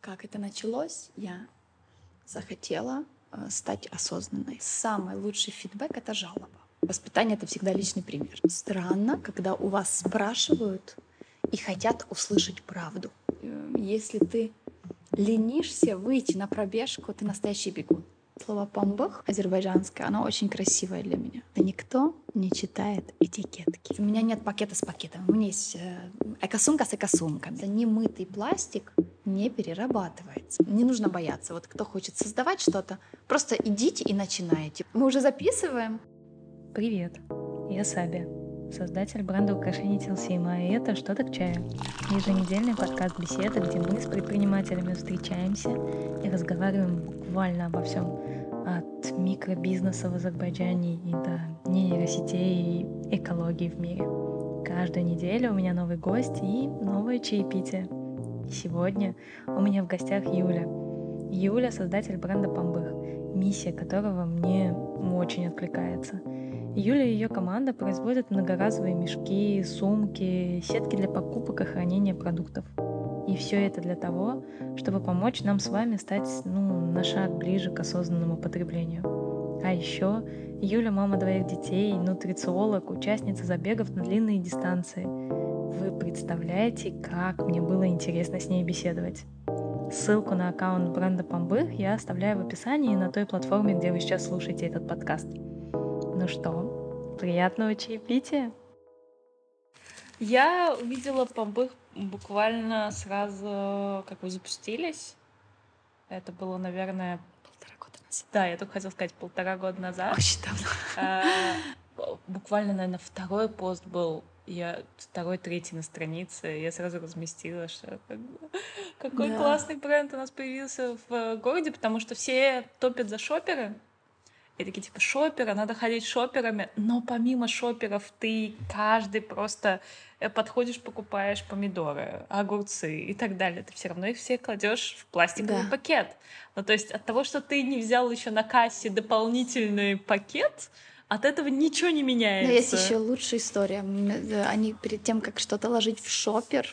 Как это началось? Я захотела стать осознанной. Самый лучший фидбэк — это жалоба. Воспитание — это всегда личный пример. Странно, когда у вас спрашивают и хотят услышать правду. Если ты ленишься выйти на пробежку, ты настоящий бегун. Слово «памбых» азербайджанское, оно очень красивое для меня. Да никто не читает этикетки. У меня нет пакета с пакетом. У меня есть экосумка с экосумками. Немытый пластик не перерабатывается. Не нужно бояться. Вот кто хочет создавать что-то, просто идите и начинайте. Мы уже записываем. Привет, я Саби, создатель бренда украшений Тилсима, и это «Что-то к чаю». Еженедельный подкаст-беседа, где мы с предпринимателями встречаемся и разговариваем буквально обо всем. От микробизнеса в Азербайджане и до нейросетей и экологии в мире. Каждую неделю у меня новый гость и новое чаепитие. Сегодня у меня в гостях Юля. Юля — создатель бренда «Памбых», миссия которого мне очень откликается. Юля и ее команда производят многоразовые мешки, сумки, сетки для покупок и хранения продуктов. И все это для того, чтобы помочь нам с вами стать на шаг ближе к осознанному потреблению. А еще Юля — мама 2 детей, нутрициолог, участница забегов на длинные дистанции. Вы представляете, как мне было интересно с ней беседовать? Ссылку на аккаунт бренда «Памбых» я оставляю в описании на той платформе, где вы сейчас слушаете этот подкаст. Ну что, приятного чаепития! Я увидела «Памбых» буквально сразу, как вы запустились. Это было, наверное, 1,5 года назад. Да, я только хотела сказать, 1,5 года назад. Очень давно. Буквально, наверное, второй пост был. Я второй, третий на странице. Я сразу разместила, что какой Да. классный бренд у нас появился в городе, потому что все топят за шоперы. И такие, типа, шоперы, надо ходить шоперами. Но помимо шоперов ты каждый просто подходишь, покупаешь помидоры, огурцы и так далее. Ты все равно их все кладешь в пластиковый Да. пакет. Ну, то есть от того, что ты не взял еще на кассе дополнительный пакет, от этого ничего не меняется. Но есть еще лучшая история. Они перед тем, как что-то ложить в шопер,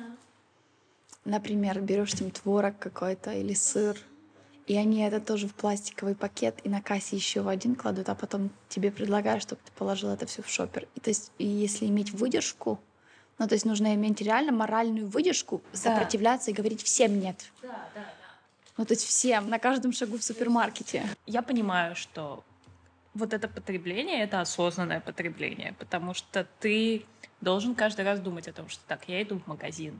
например, берешь там творог какой-то или сыр, и они это тоже в пластиковый пакет и на кассе еще в один кладут, а потом тебе предлагают, чтобы ты положил это все в шопер. И, то есть, и если иметь выдержку, то есть нужно иметь реально моральную выдержку, сопротивляться и говорить всем нет. Да. То есть всем, на каждом шагу в супермаркете. Я понимаю, что вот это потребление — это осознанное потребление, потому что ты должен каждый раз думать о том, что так, я иду в магазин.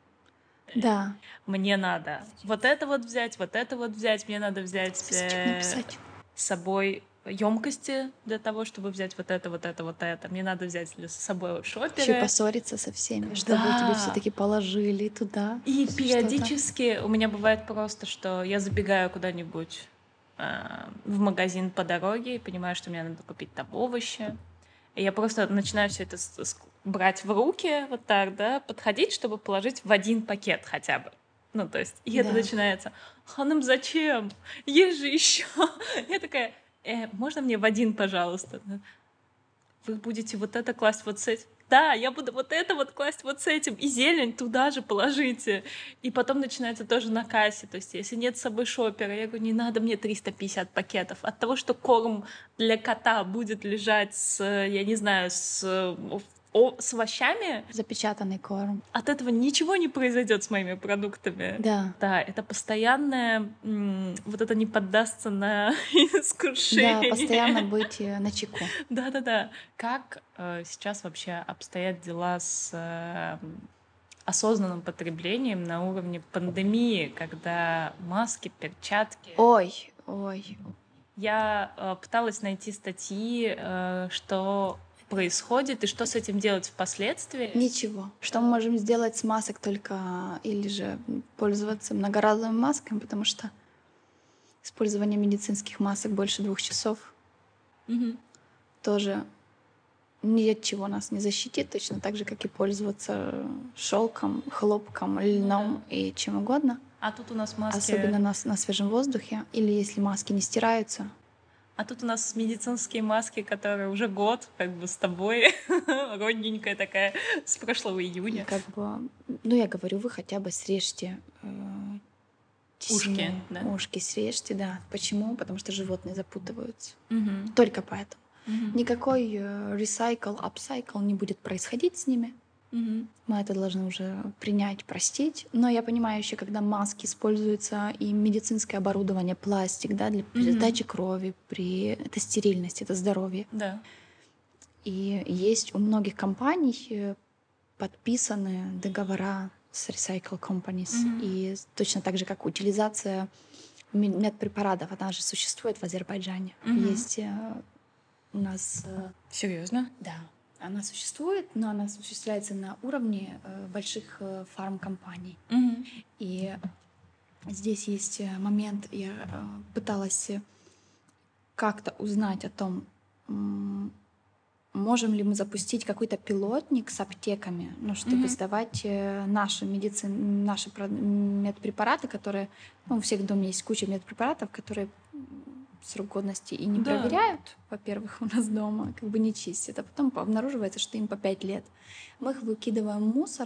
Да. Мне надо вот это вот взять, мне надо взять с собой емкости для того, чтобы взять вот это. Мне надо взять с собой шоперы. Еще поссориться со всеми, чтобы тебе все-таки положили туда. И периодически у меня бывает просто, что я забегаю куда-нибудь в магазин по дороге и понимаю, что мне надо купить там овощи. И я просто начинаю все это брать в руки, вот так, да, подходить, чтобы положить в один пакет хотя бы. То есть, и это начинается. Ханым, зачем? Есть же еще. Я такая, можно мне в один, пожалуйста? Вы будете вот это класть вот с этим? Да, я буду вот это вот класть вот с этим. И зелень туда же положите. И потом начинается тоже на кассе. То есть, если нет с собой шопера, я говорю, не надо мне 350 пакетов. От того, что корм для кота будет лежать с овощами. Запечатанный корм. От этого ничего не произойдет с моими продуктами. Да. Да, это постоянное, вот это не поддастся на искушение. Да, постоянно быть начеку. Да. Как сейчас вообще обстоят дела с осознанным потреблением на уровне пандемии, когда маски, перчатки? Ой. Я пыталась найти статьи, что происходит и что с этим делать впоследствии. Ничего. Что мы можем сделать с масок только или же пользоваться многоразовыми масками, потому что использование медицинских масок больше 2 часов тоже ни от чего нас не защитит, точно так же, как и пользоваться шелком, хлопком, льном и чем угодно. А тут у нас маски... Особенно на свежем воздухе, или если маски не стираются. А тут у нас медицинские маски, которые уже год с тобой, родненькая такая, с прошлого июня. Я говорю, вы хотя бы срежьте Ушки, да? ушки срежьте, да. Почему? Потому что животные запутываются. Мгм. Только поэтому. Мгм. Никакой recycle, upcycle не будет происходить с ними. Мгм. Мы это должны уже принять, простить. Но я понимаю еще, когда маски используются и медицинское оборудование, пластик, да, при Мгм. сдаче крови, это стерильность, это здоровье. Да. И есть у многих компаний подписаны договора с recycle companies. Мгм. И точно так же, как утилизация медпрепаратов, она же существует в Азербайджане. Мгм. Есть у нас Серьезно? да, она существует, но она осуществляется на уровне больших фармкомпаний. Мгм. И здесь есть момент, я пыталась как-то узнать о том, можем ли мы запустить какой-то пилотник с аптеками, ну, чтобы Мгм. сдавать наши медпрепараты, которые... Ну, у всех в доме есть куча медпрепаратов, которые срок годности и не Да. проверяют, во-первых, у нас дома, как бы не чистят, а потом обнаруживается, что им по 5 лет. Мы их выкидываем в мусор,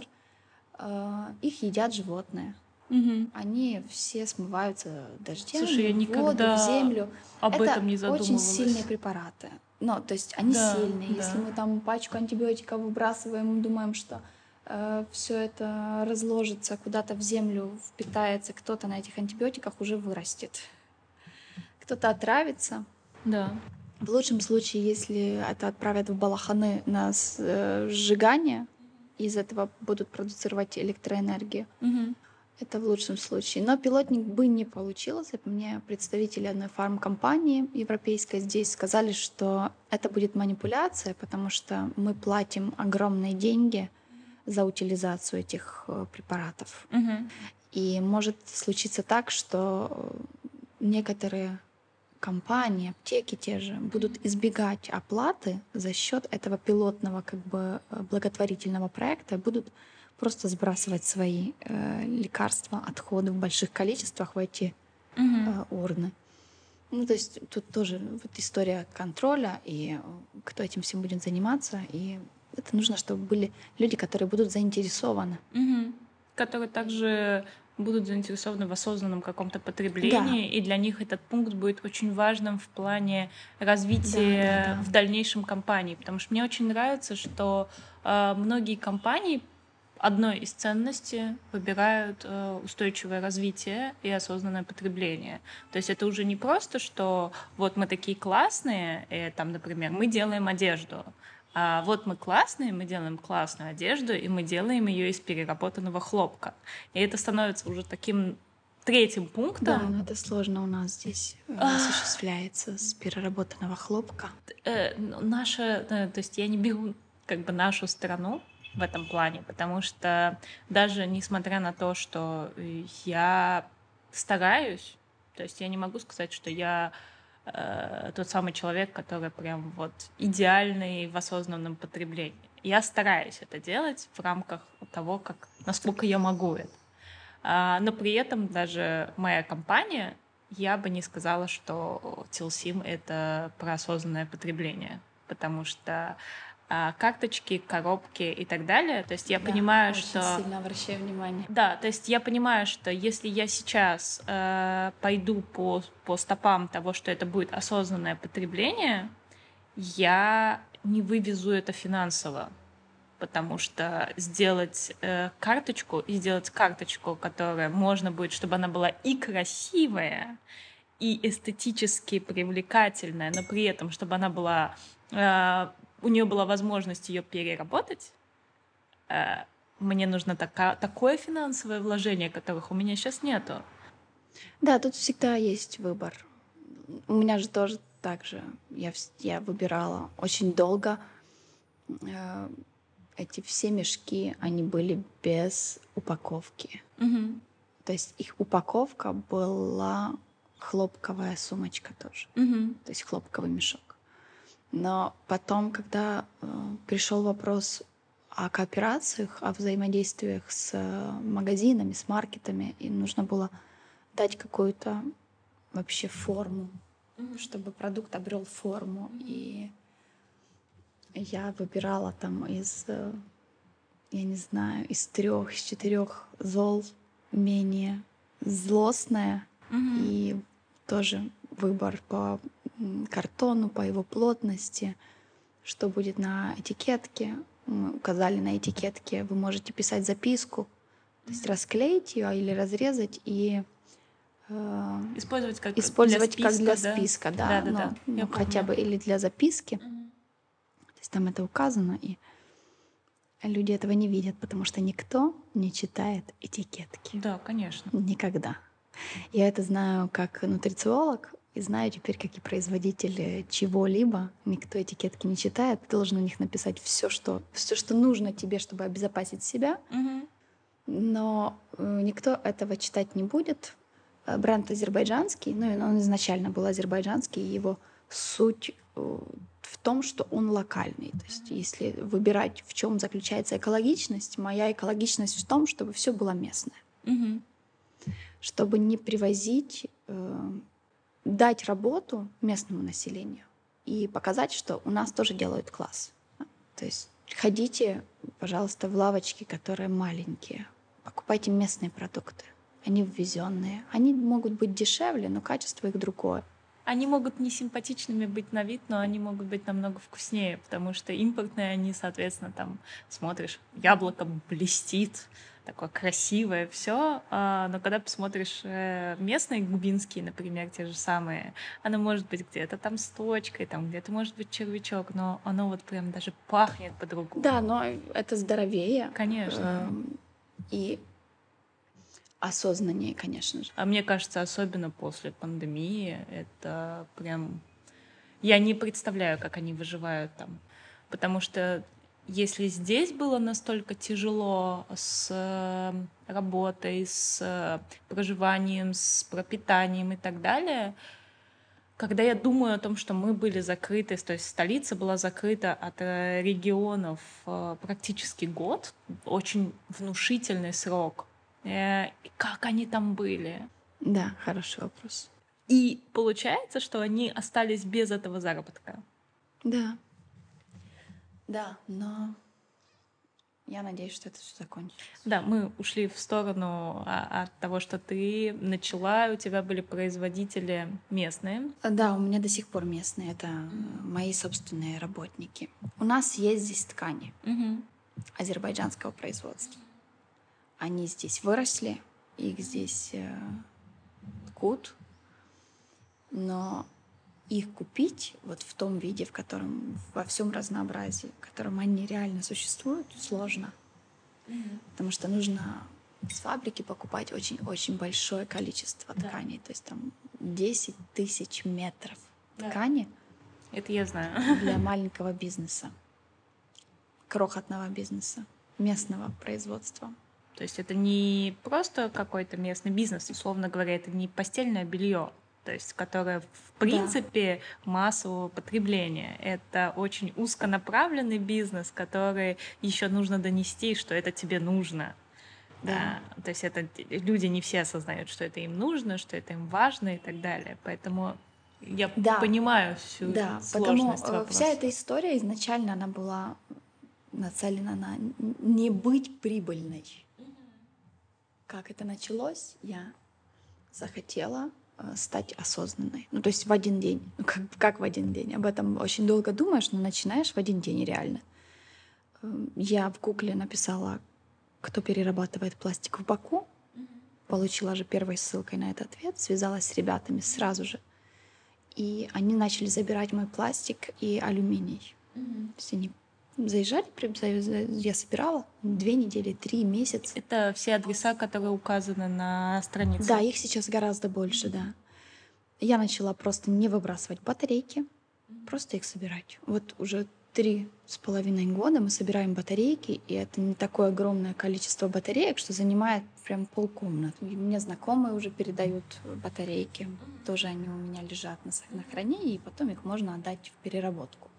их едят животные. Мгм. Они все смываются дождями, Слушай, я в воду, в никогда землю. об Это этом не очень сильные задумывалась. препараты. Ну, то есть они Да, сильные. Если да. мы там пачку антибиотиков выбрасываем, мы думаем, что все это разложится куда-то в землю, впитается, кто-то на этих антибиотиках уже вырастет. Кто-то отравится. Да. В лучшем случае, если это отправят в балаханы на сжигание, из этого будут продуцировать электроэнергию. Мгм. Это в лучшем случае. Но пилотник бы не получился. Мне представители одной фармкомпании европейской здесь сказали, что это будет манипуляция, потому что мы платим огромные деньги за утилизацию этих препаратов. Мгм. И может случиться так, что некоторые компании, аптеки те же будут избегать оплаты за счет этого пилотного как бы благотворительного проекта, будут просто сбрасывать свои лекарства, отходы в больших количествах в эти Мгм. урны. Ну, то есть тут тоже вот история контроля и кто этим всем будет заниматься. И это нужно, чтобы были люди, которые будут заинтересованы. Мгм. Которые также будут заинтересованы в осознанном каком-то Да, потреблении, и для них этот пункт будет очень важным в плане да, развития да. в дальнейшем компании. Потому что мне очень нравится, что многие компании одной из ценностей выбирают устойчивое развитие и осознанное потребление. То есть это уже не просто, что вот мы такие классные, там, например, мы делаем одежду, а вот мы классные, мы делаем классную одежду, и мы делаем ее из переработанного хлопка. И это становится уже таким третьим Да, пунктом. но это сложно у нас здесь осуществляется с переработанного хлопка. То есть я не беру как бы нашу страну в этом плане, потому что даже несмотря на то, что я стараюсь, то есть я не могу сказать, что я тот самый человек, который прям вот идеальный в осознанном потреблении. Я стараюсь это делать в рамках того, насколько я могу это. Но при этом даже моя компания, я бы не сказала, что Тилсим — это про осознанное потребление, потому что карточки, коробки и так далее, то есть я Да, понимаю, очень что... сильно обращаю внимание. Да, то есть я понимаю, что если я сейчас пойду по стопам того, что это будет осознанное потребление, я не вывезу это финансово, потому что сделать карточку, которая можно будет, чтобы она была и красивая, и эстетически привлекательная, но при этом, чтобы она была, у нее была возможность ее переработать, мне нужно такое финансовое вложение, которых у меня сейчас нету. Да, тут всегда есть выбор. У меня же тоже так же. Я выбирала очень долго. Э, Эти все мешки, они были без упаковки. Мгм. То есть их упаковка была хлопковая сумочка тоже. Мгм. То есть хлопковый мешок. Но потом, когда пришел вопрос о кооперациях, о взаимодействиях с магазинами, с маркетами, им нужно было дать какую-то вообще форму, чтобы продукт обрел форму. И я выбирала там я не знаю, из 3, из 4 зол менее злостная, Мгм. и тоже выбор по картону, по его плотности, что будет на этикетке. Мы указали на этикетке, вы можете писать записку, то есть расклеить ее или разрезать и Использовать как для использовать как списка, для да? списка, да, Да-да-да, но я хотя помню. бы или для записки. Мгм. То есть там это указано, и люди этого не видят, потому что никто не читает этикетки. Да, конечно. Никогда. Я это знаю как нутрициолог, и знаю теперь, как и производитель чего-либо. Никто этикетки не читает. Ты должен на них написать все, что нужно тебе, чтобы обезопасить себя. Мгм. Но никто этого читать не будет. Бренд азербайджанский, ну и он изначально был азербайджанский, и его суть в том, что он локальный. То есть если выбирать, в чем заключается экологичность, моя экологичность в том, чтобы все было местное. Мгм. Чтобы не привозить, дать работу местному населению и показать, что у нас тоже делают класс. То есть ходите, пожалуйста, в лавочки, которые маленькие, покупайте местные продукты. Они ввезенные. Они могут быть дешевле, но качество их другое. Они могут не симпатичными быть на вид, но они могут быть намного вкуснее, потому что импортные они, соответственно, там смотришь, яблоко блестит, такое красивое, все. Но когда посмотришь местные губинские, например, те же самые, оно может быть где-то там с точкой, там где-то может быть червячок, но оно вот прям даже пахнет по-другому. Да, но это здоровее Конечно. и осознаннее, конечно же. А мне кажется, особенно после пандемии, это прям... Я не представляю, как они выживают там. Потому что если здесь было настолько тяжело с работой, с проживанием, с пропитанием и так далее, когда я думаю о том, что мы были закрыты, то есть столица была закрыта от регионов практически год, очень внушительный срок, и как они там были? Да, хороший вопрос. И получается, что они остались без этого заработка. Да, да, но я надеюсь, что это все закончится. Да, мы ушли в сторону от того, что ты начала, у тебя были производители местные. Да, у меня до сих пор местные, это мои собственные работники. У нас есть здесь ткани Мгм. азербайджанского производства. Они здесь выросли, их здесь ткут, но их купить вот в том виде, в котором, во всем разнообразии, в котором они реально существуют, сложно. Потому что нужно с фабрики покупать очень-очень большое количество тканей. То есть там 10 тысяч метров ткани Это я знаю. для маленького бизнеса, крохотного бизнеса, местного производства. То есть это не просто какой-то местный бизнес, условно говоря, это не постельное белье, то есть которое в принципе массового потребления. Это очень узконаправленный бизнес, который еще нужно донести, что это тебе нужно. Да. То есть это люди не все осознают, что это им нужно, что это им важно и так далее. Поэтому я понимаю всю Да, потому сложность вопроса. вся эта история изначально она была нацелена на не быть прибыльной. Как это началось, я захотела стать осознанной. Ну, то есть в один день. Ну, как в один день? Об этом очень долго думаешь, но начинаешь в один день реально. Я в Гугле написала, кто перерабатывает пластик в Баку. Получила же первой ссылкой на этот ответ, связалась с ребятами сразу же. И они начали забирать мой пластик и алюминий. То есть они заезжали, я собирала 2 недели, 3 месяца. Это все адреса, которые указаны на странице? Да, их сейчас гораздо больше, да. Я начала просто не выбрасывать батарейки, просто их собирать. Вот уже 3,5 года мы собираем батарейки, и это не такое огромное количество батареек, что занимает прям полкомнаты. И мне знакомые уже передают батарейки. Тоже они у меня лежат на хранении, и потом их можно отдать в переработку.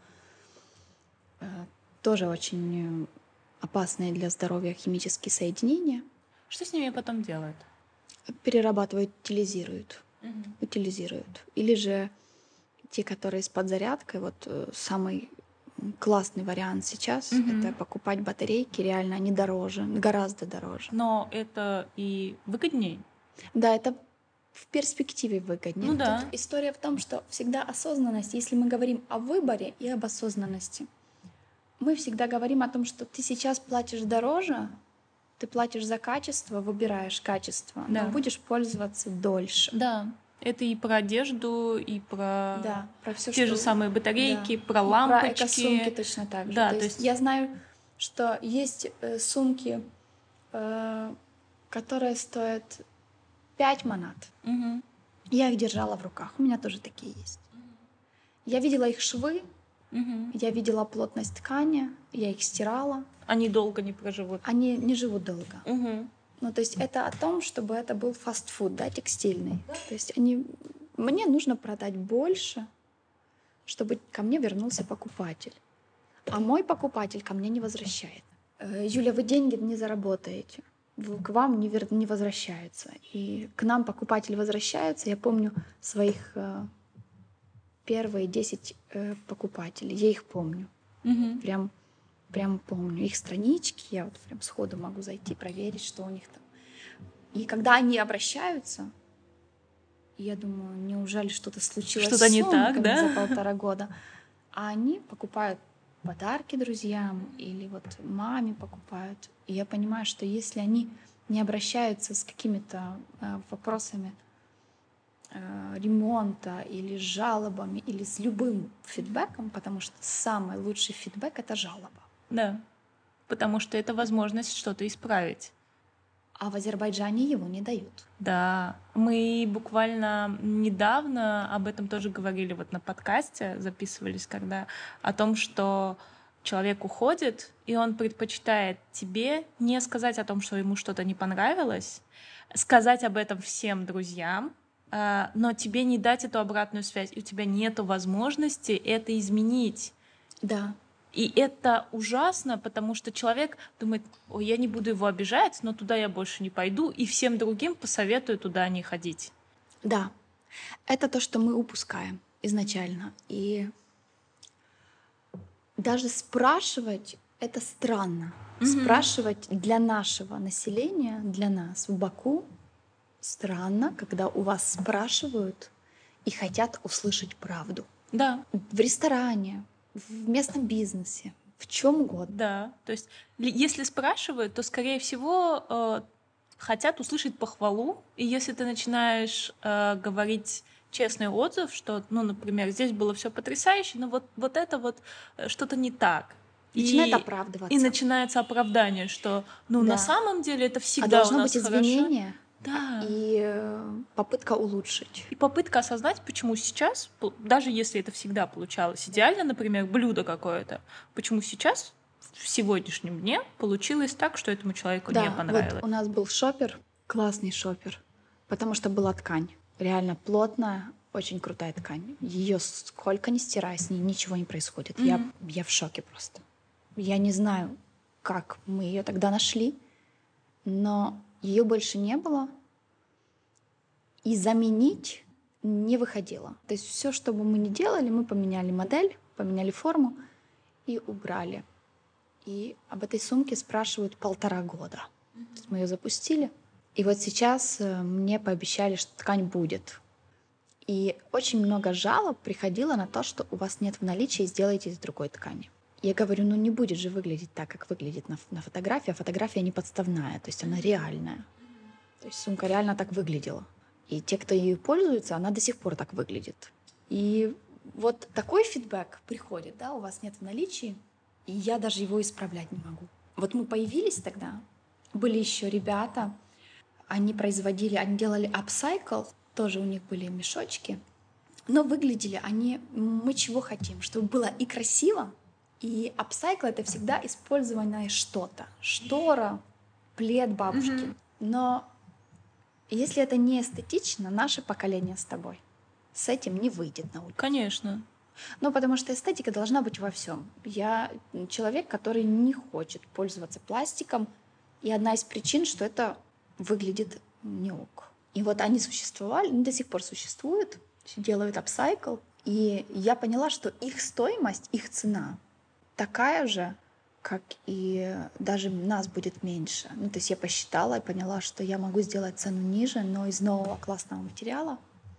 Тоже очень опасные для здоровья химические соединения. Что с ними потом делают? Перерабатывают, утилизируют. Или же те, которые с подзарядкой, вот самый классный вариант сейчас — это покупать батарейки, реально они дороже, гораздо дороже. Но это и выгоднее? Да, это в перспективе выгоднее. Ну да. Тут история в том, что всегда осознанность, если мы говорим о выборе и об осознанности, мы всегда говорим о том, что ты сейчас платишь дороже, ты платишь за качество, выбираешь качество, но Да. будешь пользоваться дольше. Да. Это и про одежду, и про Да, про все, те же что... самые Да. батарейки, про И про лампочки. эко-сумки точно так же. Да, То то есть есть я знаю, что есть сумки, которые стоят 5 манат. Мгм. Я их держала в руках. У меня тоже такие есть. Я видела их швы, Мгм. я видела плотность ткани, я их стирала. Они долго не проживут. Они не живут долго. Мгм. Ну, то есть это о том, чтобы это был фастфуд, да, текстильный. То есть мне нужно продать больше, чтобы ко мне вернулся покупатель. А мой покупатель ко мне не возвращает. Юля, вы деньги не заработаете. К вам не возвращаются. И к нам покупатель возвращается. Я помню своих первые 10 покупателей. Я их помню. Мгм. Прям помню их странички. Я вот прям сходу могу зайти, проверить, что у них там. И когда они обращаются, я думаю, неужели что-то случилось Что-то с не так, сумками да? за 1,5 года? А они покупают подарки друзьям или вот маме покупают. И я понимаю, что если они не обращаются с какими-то вопросами ремонта или с жалобами или с любым фидбэком, потому что самый лучший фидбэк — это жалоба. Да. Потому что это возможность что-то исправить. А в Азербайджане его не дают. Да, мы буквально недавно об этом тоже говорили вот на подкасте, записывались, когда о том, что человек уходит, и он предпочитает тебе не сказать о том, что ему что-то не понравилось, сказать об этом всем друзьям, но тебе не дать эту обратную связь, и у тебя нет возможности это изменить. Да. И это ужасно, потому что человек думает: ой, я не буду его обижать, но туда я больше не пойду, и всем другим посоветую туда не ходить. Да. Это то, что мы упускаем изначально. И даже спрашивать — это странно. Спрашивать для нашего населения, для нас в Баку странно, когда у вас спрашивают и хотят услышать правду. Да, В ресторане, в местном бизнесе, в чем угодно. да. То есть, если спрашивают, то, скорее всего, хотят услышать похвалу. И если ты начинаешь говорить честный отзыв, что, ну, например, здесь было все потрясающе, но вот это вот что-то не так. Начинает И оправдываться. начинается оправдание, что, ну, на Да. самом деле это А всегда у должно нас быть хорошо. извинение Да. и попытка улучшить. И попытка осознать, почему сейчас, даже если это всегда получалось идеально, например, блюдо какое-то, почему сейчас, в сегодняшнем дне, получилось так, что этому человеку не Да, понравилось. вот у нас был шопер, классный шопер, потому что была ткань. Реально плотная, очень крутая ткань. Ее сколько ни стирай, с ней ничего не происходит. Я в шоке просто. Я не знаю, как мы ее тогда нашли, но ее больше не было, и заменить не выходило. То есть все, что бы мы ни делали, мы поменяли модель, поменяли форму и убрали. И об этой сумке спрашивают 1,5 года. То есть мы ее запустили. И вот сейчас мне пообещали, что ткань будет. И очень много жалоб приходило на то, что у вас нет в наличии, сделайте из другой ткани. Я говорю, ну не будет же выглядеть так, как выглядит на фотографии, а фотография не подставная, то есть она реальная. То есть сумка реально так выглядела. И те, кто ею пользуется, она до сих пор так выглядит. И вот такой фидбэк приходит, да, у вас нет в наличии, и я даже его исправлять не могу. Вот мы появились тогда, были еще ребята, они делали апсайкл, тоже у них были мешочки, но выглядели они, мы чего хотим, чтобы было и красиво, и апсайкл — это всегда использованное что-то. Штора, плед бабушки. Но если это не эстетично, наше поколение с тобой с этим не выйдет на улицу. Конечно. Ну, потому что эстетика должна быть во всем. Я человек, который не хочет пользоваться пластиком, и одна из причин, что это выглядит не ок. И вот они существовали, до сих пор существуют, делают апсайкл, и я поняла, что их стоимость, их цена такая же, как и даже нас будет меньше. Ну, то есть я посчитала и поняла, что я могу сделать цену ниже, но из нового классного материала,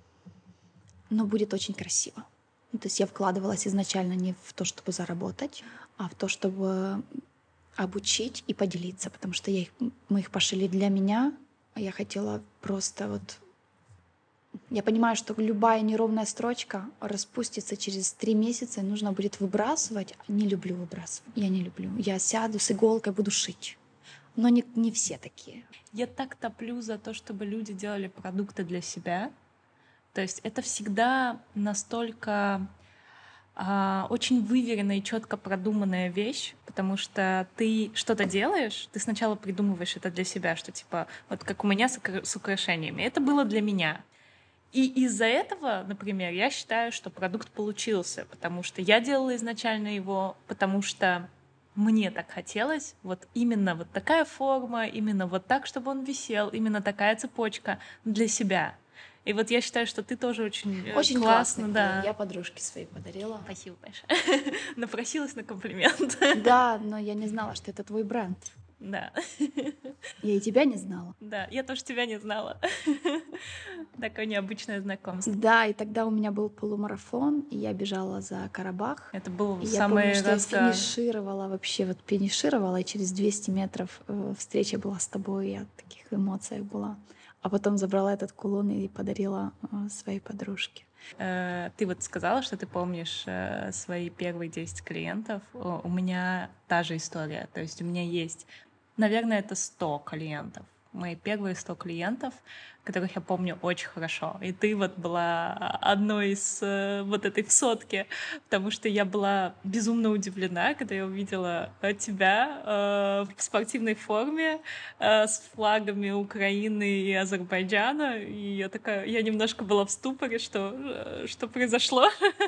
но будет очень красиво. Ну, то есть я вкладывалась изначально не в то, чтобы заработать, а в то, чтобы обучить и поделиться, потому что мы их пошили для меня, а я хотела просто вот... Я понимаю, что любая неровная строчка распустится через 3 месяца, и нужно будет выбрасывать. Не люблю выбрасывать. Я не люблю. Я сяду с иголкой, буду шить. Но не все такие. Я так топлю за то, чтобы люди делали продукты для себя. То есть это всегда настолько очень выверенная и четко продуманная вещь, потому что ты что-то делаешь, ты сначала придумываешь это для себя, что типа вот как у меня с украшениями. Это было для меня. И из-за этого, например, я считаю, что продукт получился, потому что я делала изначально его, потому что мне так хотелось, вот именно вот такая форма, именно вот так, чтобы он висел, именно такая цепочка для себя. И вот я считаю, что ты тоже очень, Очень классно, классный. да. Я подружке своей подарила. Спасибо большое. Напросилась на комплимент. Да, но я не знала, что это твой бренд. Да. Я и тебя не знала. Да, я тоже тебя не знала. Такое необычное знакомство. Да, и тогда у меня был полумарафон, и я бежала за Карабах. Это был И я самый помню, что я разгар. финишировала, вообще вот финишировала, и через 200 метров встреча была с тобой, и я в таких эмоциях была. А потом забрала этот кулон и подарила своей подружке. Ты вот сказала, что ты помнишь свои первые 10 клиентов. У меня та же история. То есть у меня есть, наверное, это 100 клиентов. Мои первые 100 клиентов, которых я помню очень хорошо. И ты вот была одной из вот этой в сотке, потому что я была безумно удивлена, когда я увидела тебя в спортивной форме с флагами Украины и Азербайджана. И я такая, я немножко была в ступоре, что произошло.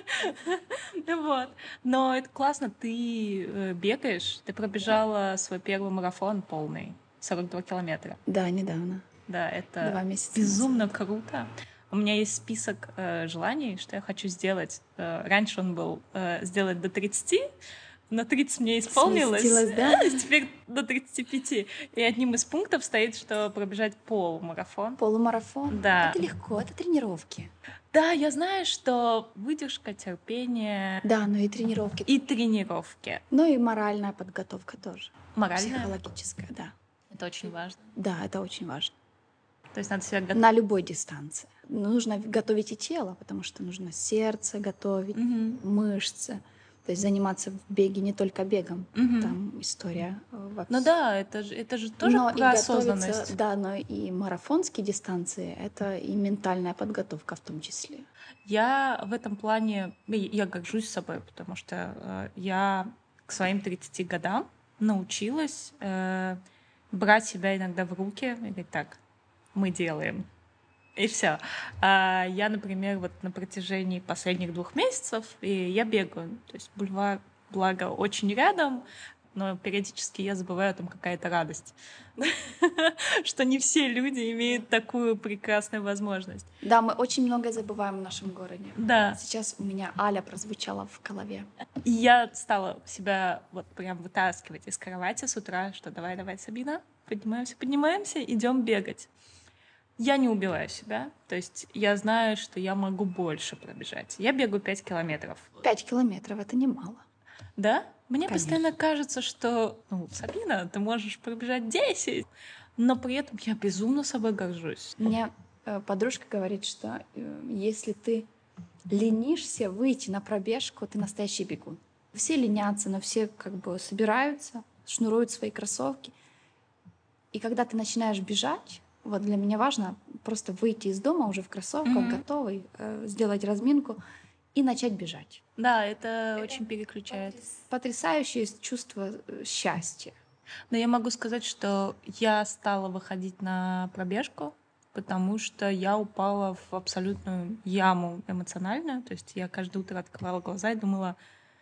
Вот. Но это классно, ты бегаешь, ты пробежала свой первый марафон полный. 42 километра. Да, недавно. Да, 2 это месяца безумно круто. У меня есть список желаний, что я хочу сделать. Раньше он был сделать до 30, на 30 мне исполнилось, Сместилась, да? теперь до 35. И одним из пунктов стоит, что пробежать полумарафон. Полумарафон? Да. Это легко, это тренировки. Да, я знаю, что выдержка, терпение Да, но и тренировки. и тренировки. Ну и моральная подготовка тоже. Моральная. Психологическая, да. Это очень важно. Да, это очень важно. То есть надо себя готовить. На любой дистанции. Нужно готовить и тело, потому что нужно сердце готовить, мышцы. То есть заниматься в беге не только бегом. Там история вообще. Ну да, это же тоже Но про и осознанность. готовиться, да, но и марафонские дистанции — это и ментальная подготовка в том числе. Я в этом плане, я горжусь собой, потому что я к своим 30 годам научилась брать себя иногда в руки и говорить: так, мы делаем. И все. Я, например, вот на протяжении последних 2 месяцев я бегаю. То есть бульвар, благо, очень рядом, но периодически я забываю, там какая-то радость, что не все люди имеют такую прекрасную возможность. Да, мы очень многое забываем в нашем городе. Да. Сейчас у меня Аля прозвучала в голове. И я стала себя вот прям вытаскивать из кровати с утра, что давай, Сабина, поднимаемся, идем бегать. Я не убиваю себя, то есть я знаю, что я могу больше пробежать. Я бегаю 5 километров. 5 километров — это немало. Да? Мне Конечно. постоянно кажется, что, Сабина, ты можешь пробежать 10, но при этом я безумно собой горжусь. Мне подружка говорит, что если ты ленишься выйти на пробежку, ты настоящий бегун. Все ленятся, но все как бы собираются, шнуруют свои кроссовки. И когда ты начинаешь бежать, вот для меня важно просто выйти из дома уже в кроссовках, готовый, сделать разминку и начать бежать. Да, это очень переключает. Потрясающее чувство счастья. Но я могу сказать, что я стала выходить на пробежку, потому что я упала в абсолютную яму эмоциональную. То есть я каждое утро открывала глаза и думала: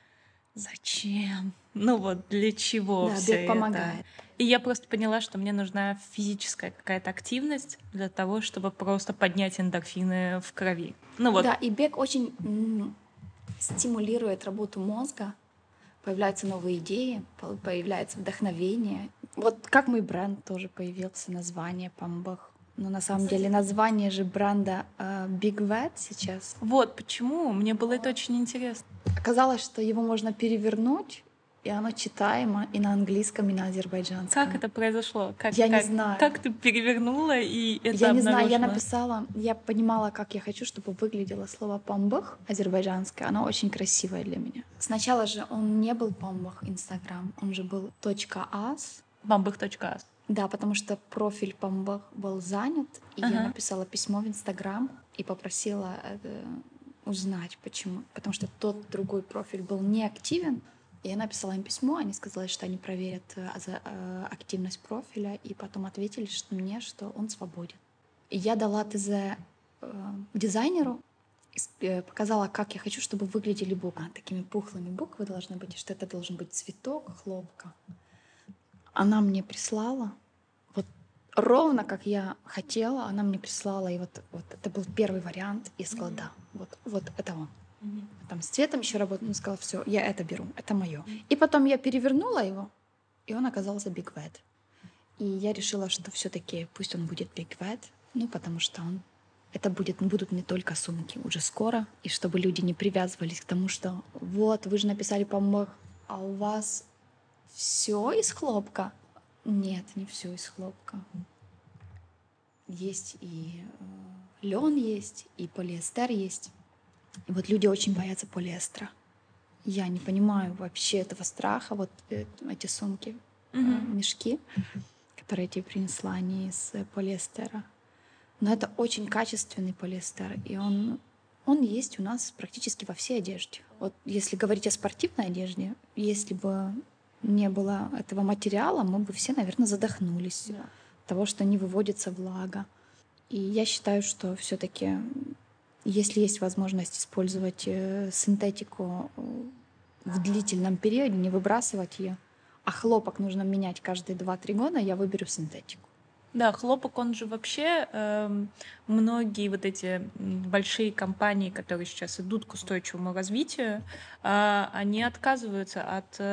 зачем? Для чего Да, всё бег помогает. это? И я просто поняла, что мне нужна физическая какая-то активность для того, чтобы просто поднять эндорфины в крови. Да, и бег очень стимулирует работу мозга, появляются новые идеи, появляется вдохновение. Вот как мой бренд тоже появился, название Памбах. Но на самом деле название же бренда Big Vet сейчас. Вот почему. Мне было это очень интересно. Оказалось, что его можно перевернуть, и оно читаемо и на английском, и на азербайджанском. Как это произошло? Я не знаю. Как ты перевернула и это Я не знаю, я обнаружила? написала, я понимала, как я хочу, чтобы выглядело слово «памбах» азербайджанское. Оно очень красивое для меня. Сначала же он не был «памбах» Инстаграм, он же был .as. Bambach.as. Да, потому что профиль Памбах был занят, и я написала письмо в Инстаграм и попросила узнать, почему. Потому что тот другой профиль был неактивен. И я написала им письмо, они сказали, что они проверят активность профиля, и потом ответили мне, что он свободен. И я дала ТЗ дизайнеру, показала, как я хочу, чтобы выглядели буквы. Такими пухлыми буквы должны быть, и что это должен быть цветок хлопка. Она мне прислала, вот ровно как я хотела, она мне прислала, и вот это был первый вариант, и сказала, да, вот это он. Там с цветом еще работала, но сказала, все, я это беру, это мое. И потом я перевернула его, и он оказался Big Vet. И я решила, что все-таки пусть он будет Big Vet, потому что будут не только сумки уже скоро, и чтобы люди не привязывались к тому, что вот, вы же написали Памбах, а у вас все из хлопка? Нет, не все из хлопка. Есть и лен есть, и полиэстер есть. И вот люди очень боятся полиэстера. Я не понимаю вообще этого страха. Вот эти сумки, мешки, которые я тебе принесла, они из полиэстера. Но это очень качественный полиэстер, и он есть у нас практически во всей одежде. Вот если говорить о спортивной одежде, если бы не было этого материала, мы бы все, наверное, задохнулись от того, что не выводится влага. И я считаю, что все-таки, если есть возможность использовать синтетику в длительном периоде, не выбрасывать ее, а хлопок нужно менять каждые 2-3 года, я выберу синтетику. Да, хлопок, он же вообще, многие вот эти большие компании, которые сейчас идут к устойчивому развитию, они отказываются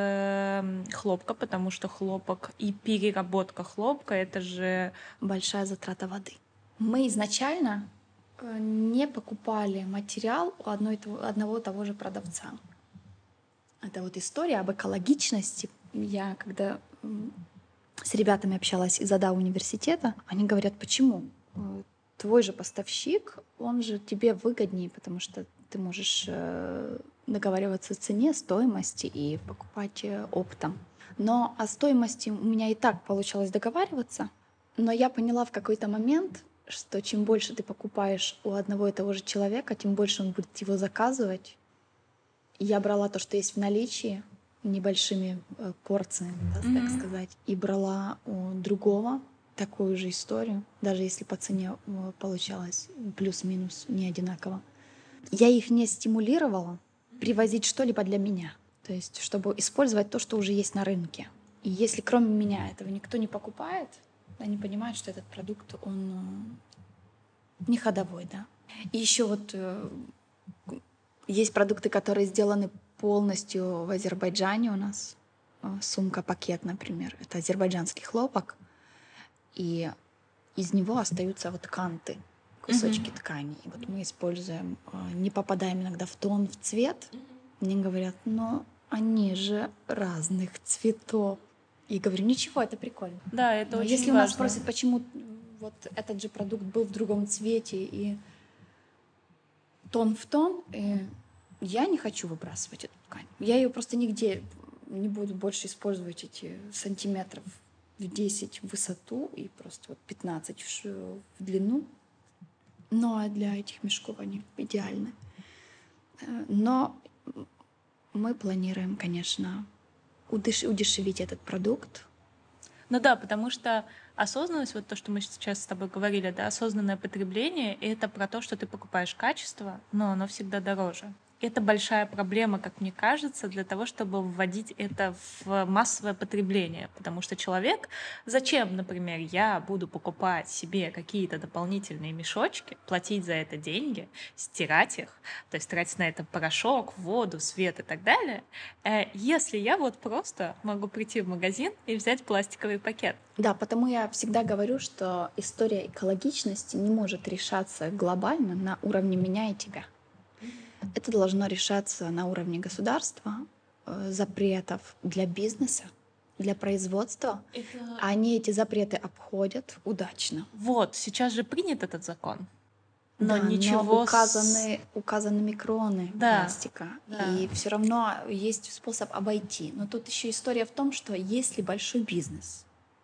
от хлопка, потому что хлопок и переработка хлопка — это же большая затрата воды. Мы изначально не покупали материал у одного того же продавца. Это вот история об экологичности. Я когда с ребятами общалась из АДА университета, они говорят, почему? Твой же поставщик, он же тебе выгоднее, потому что ты можешь договариваться о цене, стоимости и покупать оптом. Но о стоимости у меня и так получалось договариваться, но я поняла в какой-то момент, что чем больше ты покупаешь у одного и того же человека, тем больше он будет его заказывать. И я брала то, что есть в наличии, небольшими порциями, так сказать, и брала у другого такую же историю, даже если по цене получалось плюс-минус не одинаково. Я их не стимулировала привозить что-либо для меня, то есть чтобы использовать то, что уже есть на рынке. И если кроме меня этого никто не покупает, они понимают, что этот продукт, он не ходовой, да. И еще вот есть продукты, которые сделаны полностью в Азербайджане у нас. Сумка-пакет, например. Это азербайджанский хлопок. И из него остаются вот канты, кусочки ткани. И вот мы используем, не попадаем иногда в тон, в цвет. Мне говорят, но они же разных цветов. И говорю, ничего, это прикольно. Да, это но очень если важно. у нас спросят, почему вот этот же продукт был в другом цвете и тон в тон, я не хочу выбрасывать эту ткань. Я ее просто нигде не буду больше использовать, эти сантиметров в 10 в высоту и просто вот 15 в длину. Но для этих мешков они идеальны. Но мы планируем, конечно, удешевить этот продукт. Ну да, потому что осознанность, вот то, что мы сейчас с тобой говорили, да, осознанное потребление — это про то, что ты покупаешь качество, но оно всегда дороже. это большая проблема, как мне кажется, для того, чтобы вводить это в массовое потребление. Потому что человек, зачем, например, я буду покупать себе какие-то дополнительные мешочки, платить за это деньги, стирать их, то есть тратить на это порошок, воду, свет и так далее, если я вот просто могу прийти в магазин и взять пластиковый пакет. Да, потому я всегда говорю, что история экологичности не может решаться глобально на уровне меня и тебя. Это должно решаться на уровне государства, запретов для бизнеса, для производства. Они эти запреты обходят удачно. Вот, сейчас же принят этот закон. Но Да, ничего но указаны микроны Да, пластика, да. и все равно есть способ обойти. Но тут еще история в том, что если большой бизнес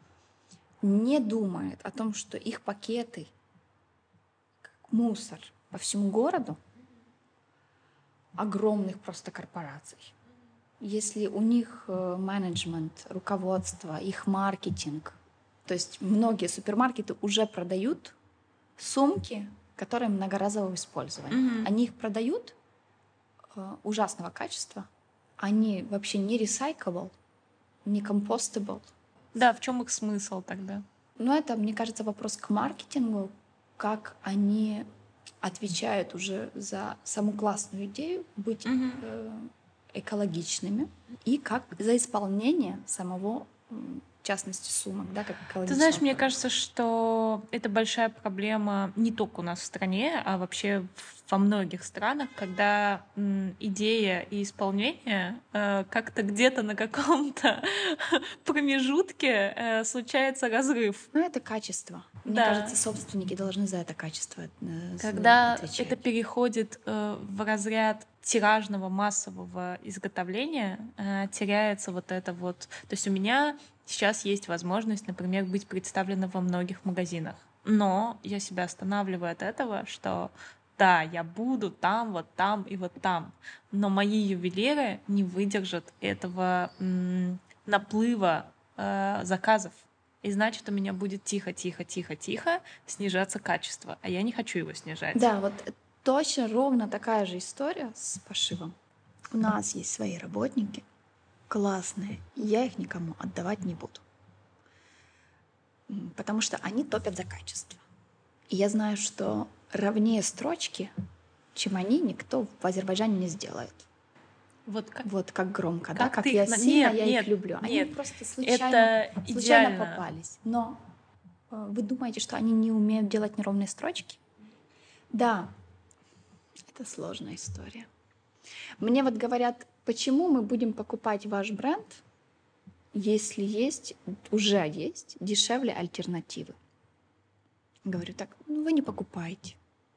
не думает о том, что их пакеты как мусор по всему городу, огромных просто корпораций, если у них менеджмент, руководство, их маркетинг, то есть многие супермаркеты уже продают сумки, которые многоразового использования. Они их продают ужасного качества, они вообще не recyclable, не compostable. Да, в чем их смысл тогда? Но это, мне кажется, вопрос к маркетингу, как они отвечают уже за саму классную идею быть экологичными и как за исполнение самого, в частности, сумок, да, как экологичного. Ты знаешь, мне продукта. кажется, что это большая проблема не только у нас в стране, а вообще во многих странах, когда идея и исполнение как-то где-то на каком-то промежутке случается разрыв. Ну, это качество. Мне Да. кажется, собственники должны за это качество Когда отвечать. это переходит в разряд тиражного массового изготовления, теряется вот это вот. То есть у меня сейчас есть возможность, например, быть представлена во многих магазинах. Но я себя останавливаю от этого, что да, я буду там, вот там и вот там. Но мои ювелиры не выдержат этого наплыва заказов. И значит, у меня будет тихо снижаться качество. А я не хочу его снижать. Да, вот точно ровно такая же история с пошивом. У нас есть свои работники, классные, я их никому отдавать не буду. Потому что они топят за качество. И я знаю, что ровнее строчки, чем они, никто в Азербайджане не сделает. Вот как, Вот как громко, как да, как ты я их сильно, нет, я нет, их люблю. Они нет. просто Это случайно идеально. попались. Но вы думаете, что они не умеют делать неровные строчки? Да, это сложная история. Мне вот говорят, почему мы будем покупать ваш бренд, если уже есть дешевле альтернативы. Говорю так, вы не покупайте.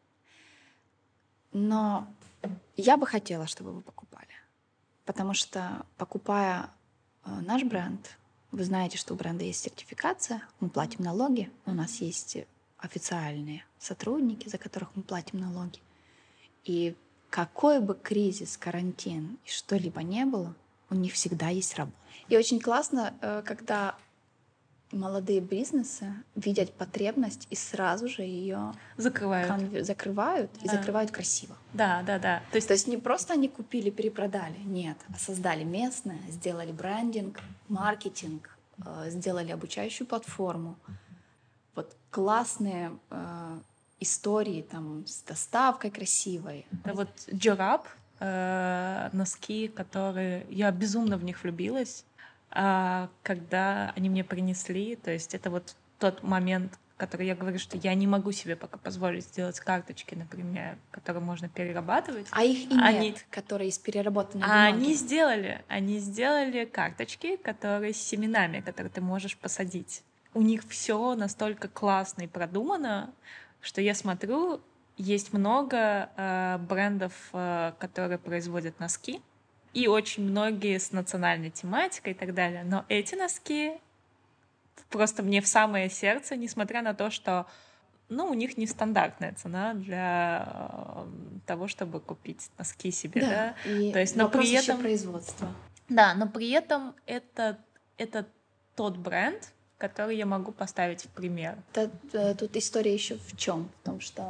Но я бы хотела, чтобы вы покупали. Потому что, покупая наш бренд, вы знаете, что у бренда есть сертификация, мы платим налоги, у нас есть официальные сотрудники, за которых мы платим налоги. И какой бы кризис, карантин и что-либо не было, у них всегда есть работа. И очень классно, когда молодые бизнесы видят потребность и сразу же ее закрывают и закрывают красиво. Да. То есть не просто они купили, перепродали, нет, а создали местное, сделали брендинг, маркетинг, сделали обучающую платформу. Вот классные истории там с доставкой красивой. Это вот Джораб, носки, которые... Я безумно в них влюбилась, когда они мне принесли. То есть это вот тот момент, который я говорю, что я не могу себе пока позволить сделать карточки, например, которые можно перерабатывать. А их и нет, которые из переработанной бумаги. Они сделали карточки, которые с семенами, которые ты можешь посадить. У них все настолько классно и продумано, что я смотрю, есть много брендов, которые производят носки, и очень многие с национальной тематикой и так далее. Но эти носки просто мне в самое сердце, несмотря на то, что у них нестандартная цена для того, чтобы купить носки себе. Да. И то есть, но при этом производства. Да, но при этом это тот бренд, который я могу поставить в пример. Тут история еще в чем? В том, что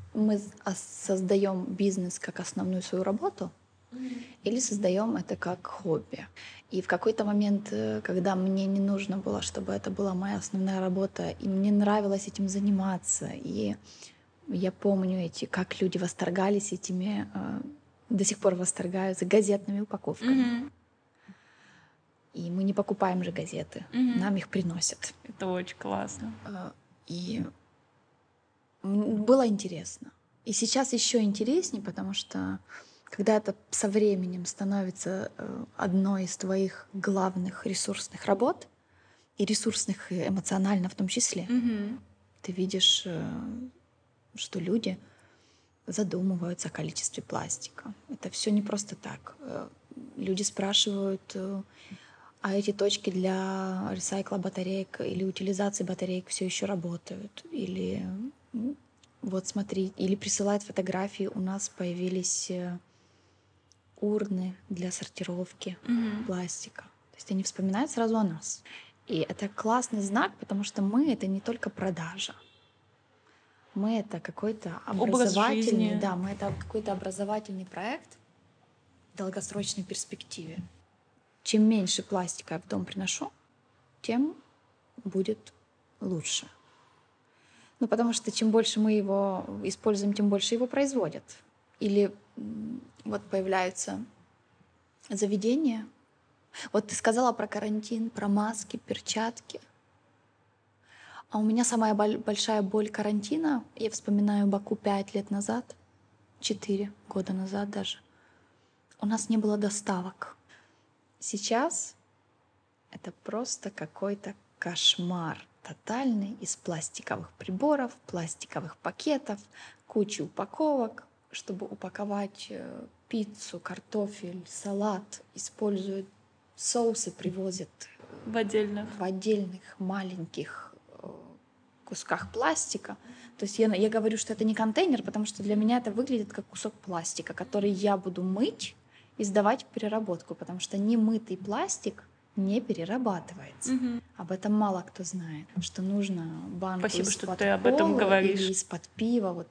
мы создаем бизнес как основную свою работу или создаем это как хобби. И в какой-то момент, когда мне не нужно было, чтобы это была моя основная работа, и мне нравилось этим заниматься, и я помню как люди восторгались этими, до сих пор восторгаются газетными упаковками. И мы не покупаем же газеты, нам их приносят. Это очень классно. И было интересно. И сейчас еще интереснее, потому что когда это со временем становится одной из твоих главных ресурсных работ, и ресурсных и эмоционально в том числе, ты видишь, что люди задумываются о количестве пластика. Это все не просто так. Люди спрашивают, а эти точки для ресайкла батареек или утилизации батареек все еще работают? Или вот смотри, или присылают фотографии, у нас появились урны для сортировки пластика. То есть они вспоминают сразу о нас. И это классный знак, потому что мы — это не только продажа. Мы — это какой-то образовательный, мы — это какой-то образовательный проект в долгосрочной перспективе. Чем меньше пластика я в дом приношу, тем будет лучше. Ну, потому что чем больше мы его используем, тем больше его производят. Или вот появляются заведения. Вот ты сказала про карантин, про маски, перчатки. А у меня самая большая боль карантина, я вспоминаю Баку 5 лет назад, 4 года назад даже. У нас не было доставок. Сейчас это просто какой-то кошмар тотальный из пластиковых приборов, пластиковых пакетов, кучи упаковок. Чтобы упаковать пиццу, картофель, салат, используют соусы, привозят в отдельных маленьких кусках пластика. То есть я говорю, что это не контейнер, потому что для меня это выглядит как кусок пластика, который я буду мыть и сдавать в переработку, потому что немытый пластик не перерабатывается. Об этом мало кто знает, что нужно банку из-под кола или из-под пива, вот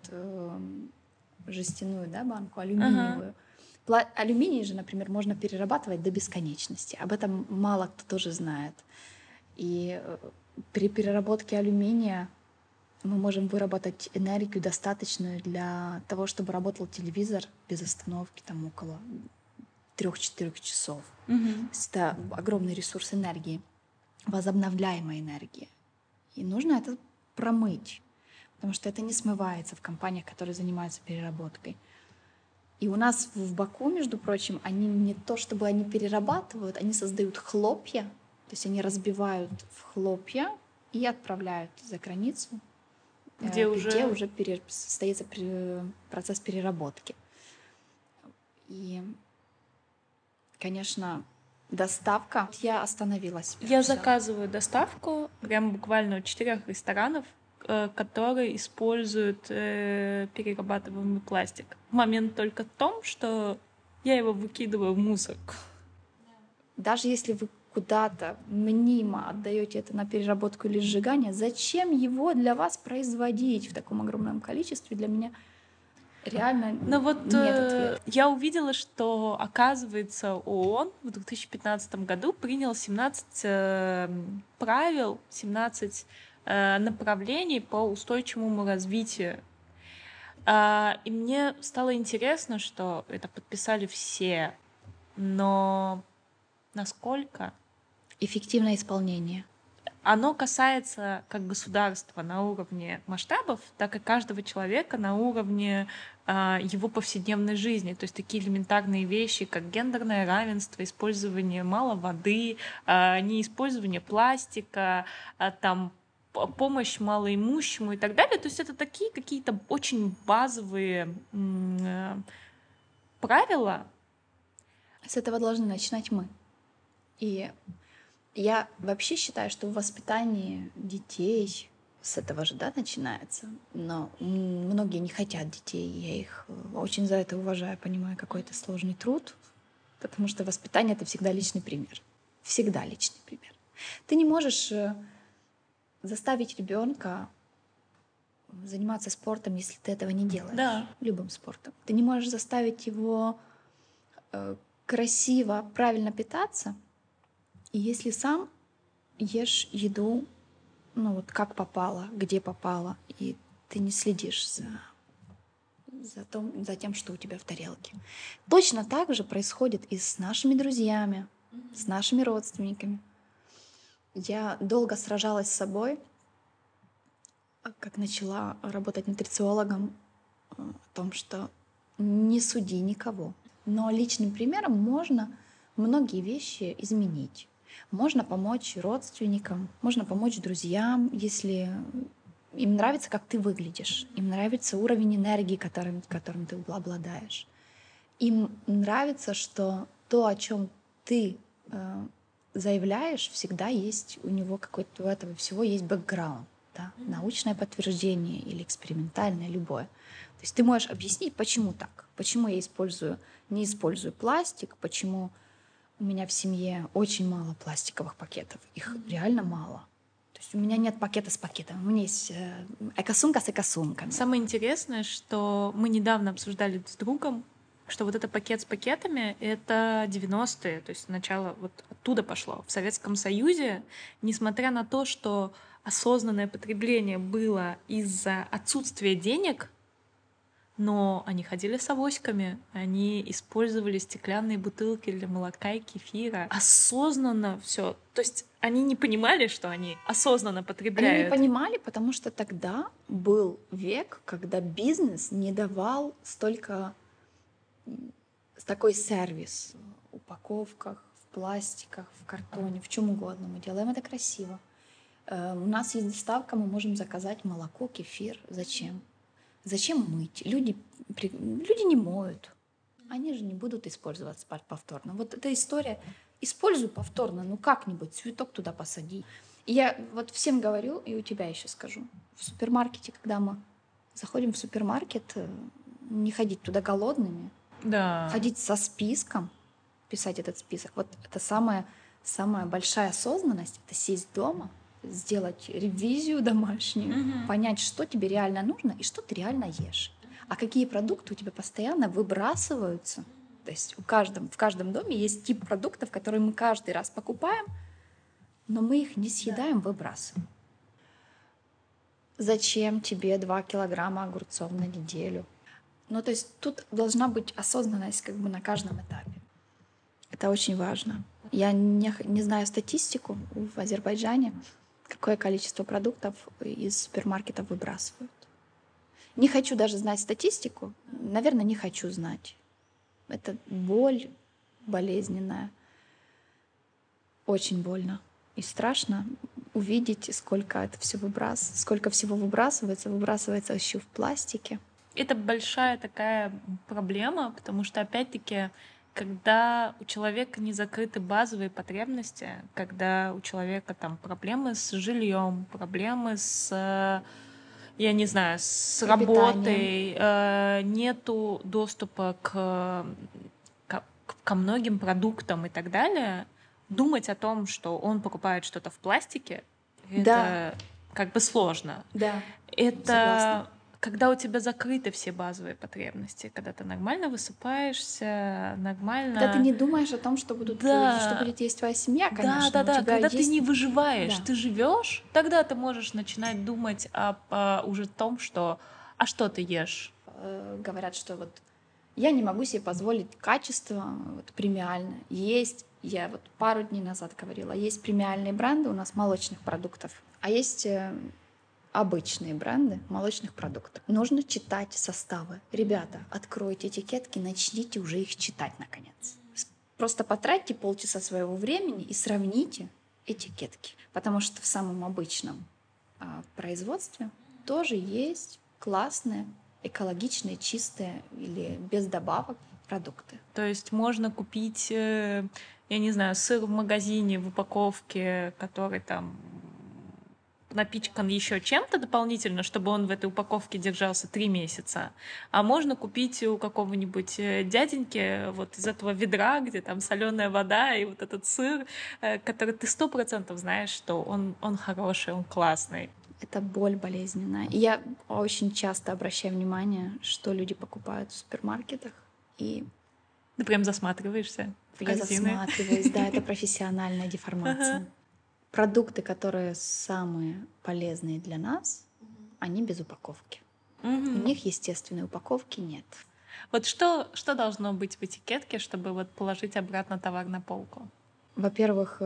жестяную, банку, алюминиевую. Алюминий же, например, можно перерабатывать до бесконечности. Об этом мало кто тоже знает. И при переработке алюминия мы можем выработать энергию, достаточную для того, чтобы работал телевизор без остановки около 3-4 часов. Это огромный ресурс энергии, возобновляемой энергии. И нужно это промыть, потому что это не смывается в компаниях, которые занимаются переработкой. И у нас в Баку, между прочим, они не то чтобы они перерабатывают, они создают хлопья, то есть они разбивают в хлопья и отправляют за границу, где уже состоится процесс переработки. И, конечно, доставка. Я остановилась. Я заказываю доставку прям буквально у 4 ресторанов, которые используют перерабатываемый пластик. Момент только в том, что я его выкидываю в мусорку. Даже если вы куда-то мнимо отдаете это на переработку или сжигание, зачем его для вас производить в таком огромном количестве? Для меня реально нет ответа. Я увидела, что, оказывается, ООН в 2015 году принял 17 правил, 17 направлений по устойчивому развитию. И мне стало интересно, что это подписали все, но насколько эффективное исполнение? Оно касается как государства на уровне масштабов, так и каждого человека на уровне его повседневной жизни. То есть такие элементарные вещи, как гендерное равенство, использование мало воды, неиспользование пластика, помощь малоимущему и так далее. То есть это такие какие-то очень базовые правила. С этого должны начинать мы. И я вообще считаю, что в воспитании детей с этого же начинается. Но многие не хотят детей. Я их очень за это уважаю, понимаю, какой это сложный труд. Потому что воспитание — это всегда личный пример. Всегда личный пример. Ты не можешь заставить ребенка заниматься спортом, если ты этого не делаешь? Да. Любым спортом. Ты не можешь заставить его красиво, правильно питаться, и если сам ешь еду, ну вот как попало, где попало, и ты не следишь за тем, что у тебя в тарелке. Точно так же происходит и с нашими друзьями, с нашими родственниками. Я долго сражалась с собой, как начала работать нутрициологом, о том, что не суди никого. Но личным примером можно многие вещи изменить. Можно помочь родственникам, можно помочь друзьям, если им нравится, как ты выглядишь, им нравится уровень энергии, которым ты обладаешь. Им нравится, что то, о чем ты заявляешь, всегда есть у него какой-то, у этого всего есть бэкграунд, да? Научное подтверждение или экспериментальное, любое. То есть ты можешь объяснить, почему так, почему я не использую пластик, почему у меня в семье очень мало пластиковых пакетов, их реально мало. То есть у меня нет пакета с пакетом, у меня есть эко-сумка с эко-сумками. Самое интересное, что мы недавно обсуждали с другом, что вот это пакет с пакетами — это 90-е, то есть начало вот оттуда пошло. В Советском Союзе, несмотря на то, что осознанное потребление было из-за отсутствия денег, но они ходили с авоськами, они использовали стеклянные бутылки для молока и кефира. Осознанно все. То есть они не понимали, что они осознанно потребляют. Они не понимали, потому что тогда был век, когда бизнес не давал такой сервис в упаковках, в пластиках, в картоне, в чем угодно. Мы делаем это красиво. У нас есть доставка, мы можем заказать молоко, кефир. Зачем? Зачем мыть? Люди не моют. Они же не будут использоваться повторно. Вот эта история. Используй повторно, ну как-нибудь, цветок туда посади. И я вот всем говорю, и у тебя еще скажу. В супермаркете, когда мы заходим в супермаркет, не ходить туда голодными, Да. ходить со списком, писать этот список. Вот это самая большая осознанность — это сесть дома, сделать ревизию домашнюю, понять, что тебе реально нужно и что ты реально ешь. А какие продукты у тебя постоянно выбрасываются. То есть в каждом доме есть тип продуктов, которые мы каждый раз покупаем, но мы их не съедаем, выбрасываем. Зачем тебе 2 килограмма огурцов на неделю? Ну, то есть тут должна быть осознанность как бы на каждом этапе. Это очень важно. Я не знаю статистику в Азербайджане, какое количество продуктов из супермаркетов выбрасывают. Не хочу даже знать статистику. Наверное, не хочу знать. Это боль болезненная. Очень больно. И страшно увидеть, сколько всего выбрасывается еще в пластике. Это большая такая проблема, потому что, опять-таки, когда у человека не закрыты базовые потребности, когда у человека там проблемы с жильем, проблемы с, я не знаю, с работой, нету доступа ко многим продуктам и так далее, думать о том, что он покупает что-то в пластике, это как бы сложно. Да, это согласна. Когда у тебя закрыты все базовые потребности, когда ты нормально высыпаешься, нормально... Когда ты не думаешь о том, что будет есть твоя семья, конечно. Да. Когда ты не выживаешь, ты живешь, тогда ты можешь начинать думать уже о том, что что ты ешь. Говорят, что вот я не могу себе позволить качество премиальное. Я вот пару дней назад говорила, есть премиальные бренды у нас молочных продуктов, а есть обычные бренды молочных продуктов. Нужно читать составы. Ребята, откройте этикетки, начните уже их читать наконец. Просто потратьте полчаса своего времени и сравните этикетки. Потому что в самом обычном производстве тоже есть классные, экологичные, чистые или без добавок продукты. То есть можно купить, я не знаю, сыр в магазине в упаковке, который там напичкан еще чем-то дополнительно, чтобы он в этой упаковке держался 3 месяца. А можно купить у какого-нибудь дяденьки вот из этого ведра, где там соленая вода и вот этот сыр, который ты 100% знаешь, что он хороший, он классный. Это боль болезненная. И я очень часто обращаю внимание, что люди покупают в супермаркетах. И Ты прям засматриваешься в я корзины. засматриваюсь, да, это профессиональная деформация. Ага. Продукты, которые самые полезные для нас, они без упаковки. У Мгм. них естественной упаковки нет. Вот что должно быть в этикетке, чтобы вот положить обратно товар на полку? Во-первых,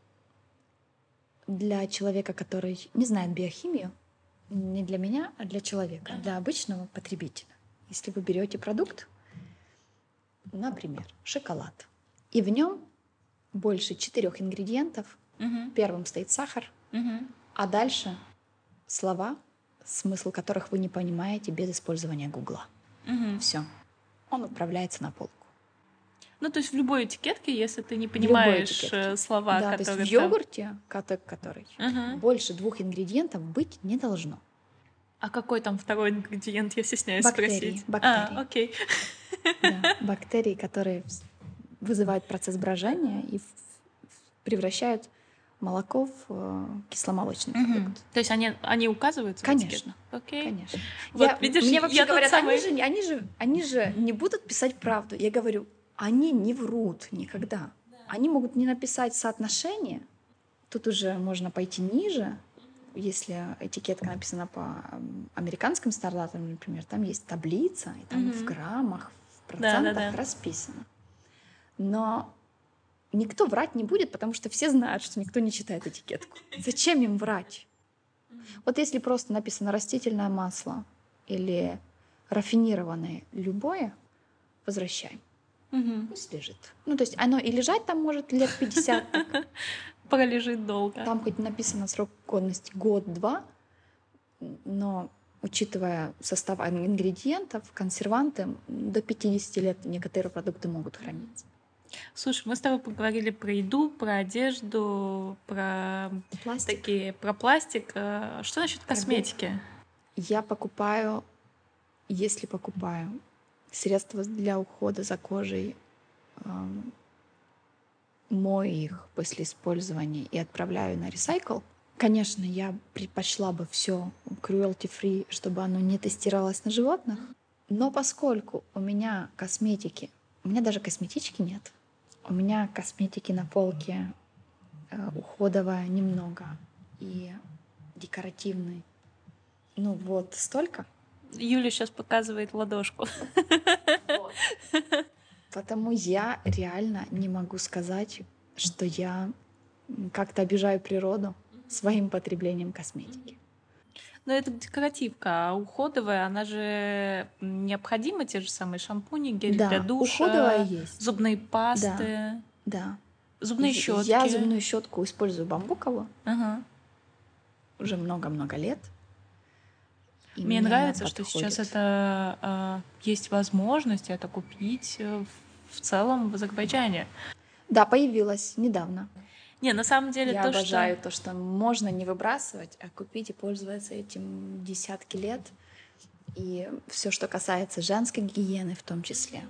для человека, который не знает биохимию, не для меня, а для человека, для обычного потребителя. Если вы берете продукт, например, шоколад, и в нем больше 4 ингредиентов, Мгм. первым стоит сахар, Мгм. а дальше слова, смысл которых вы не понимаете без использования Гугла. Мгм. Все. Он отправляется на полку. Ну, то есть в любой этикетке, если ты не В любой понимаешь этикетке. слова, Да, то есть в которые там... йогурте, который Мгм. больше 2 ингредиентов быть не должно. А какой там второй ингредиент, я стесняюсь Бактерии. спросить? А, окей. Да, бактерии, которые вызывают процесс брожения и превращают молоко в кисломолочный Мгм. продукт. То есть они указываются в Конечно, этикетке? Окей. конечно. Вот видишь, Мне вообще я тот говорят, самый... они же не будут писать правду. Я говорю, они не врут никогда. Они могут не написать соотношение. Тут уже можно пойти ниже. Если этикетка написана по американским стандартам, например, там есть таблица, и там в Мгм. граммах, в Да. процентах расписано. Но никто врать не будет, потому что все знают, что никто не читает этикетку. Зачем им врать? Вот если просто написано растительное масло или рафинированное любое, возвращаем. Мгм. Пусть лежит. Ну, то есть оно и лежать там может лет 50, так. Пролежит долго. Там хоть написано срок годности год-два, но учитывая состав ингредиентов, консерванты, до 50 лет некоторые продукты могут храниться. Слушай, мы с тобой поговорили про еду, про одежду, про Пластик. про пластик. Что насчет косметики? Я покупаю, если покупаю средства для ухода за кожей, мою их после использования и отправляю на ресайкл. Конечно, я предпочла бы все cruelty-free, чтобы оно не тестировалось на животных. Но поскольку у меня даже косметички нет, у меня косметики на полке уходовая немного и декоративный. Ну вот столько. Юля сейчас показывает ладошку. Потому я реально не могу сказать, что я как-то обижаю природу своим потреблением косметики. Но это декоративка, а уходовая, она же необходима, те же самые шампуни, гель для Да, уходовая душа, есть. зубные пасты, Да. зубные щетки. Я зубную щетку использую бамбуковую Ага. уже много-много лет. И Мне она нравится, что подходит. сейчас это есть возможность это купить в целом в Азербайджане. Да, появилась недавно. Не, на самом деле Я то, обожаю то, что можно не выбрасывать, а купить и пользоваться этим десятки лет. И все, что касается женской гигиены в том числе.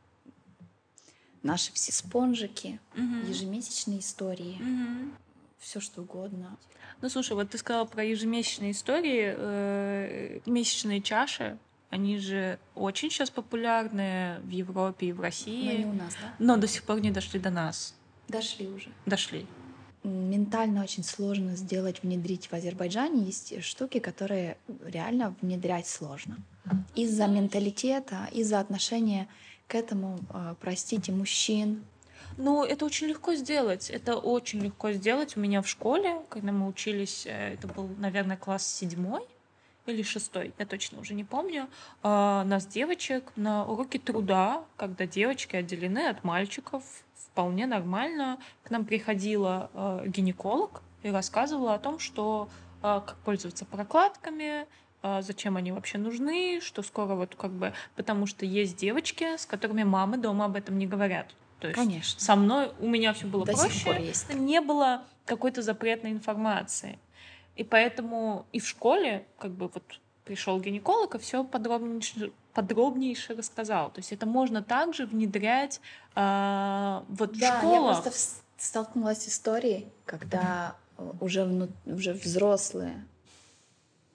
Наши все спонжики, ежемесячные истории, все что угодно. Ну, слушай, вот ты сказала про ежемесячные истории, месячные чаши. Они же очень сейчас популярны в Европе и в Но России, не у нас, да? но до сих пор не дошли до нас. Дошли уже. Дошли. Ментально очень сложно внедрить в Азербайджане. Есть штуки, которые реально внедрять сложно. Из-за менталитета, из-за отношения к этому, простите, мужчин. Ну, это очень легко сделать. Это очень легко сделать. У меня в школе, когда мы учились, это был, наверное, класс 7 или 6, я точно уже не помню, нас, девочек, на уроке труда, когда девочки отделены от мальчиков, вполне нормально, к нам приходила гинеколог и рассказывала о том, что как пользоваться прокладками, зачем они вообще нужны, что скоро вот как бы... Потому что есть девочки, с которыми мамы дома об этом не говорят. То есть Конечно. со мной у меня все было До проще, сих пор есть. не было какой-то запретной информации. И поэтому и в школе как бы вот пришел гинеколог и все подробнейше рассказал. То есть это можно также внедрять вот в Да, я школах. просто столкнулась с историей, когда уже взрослые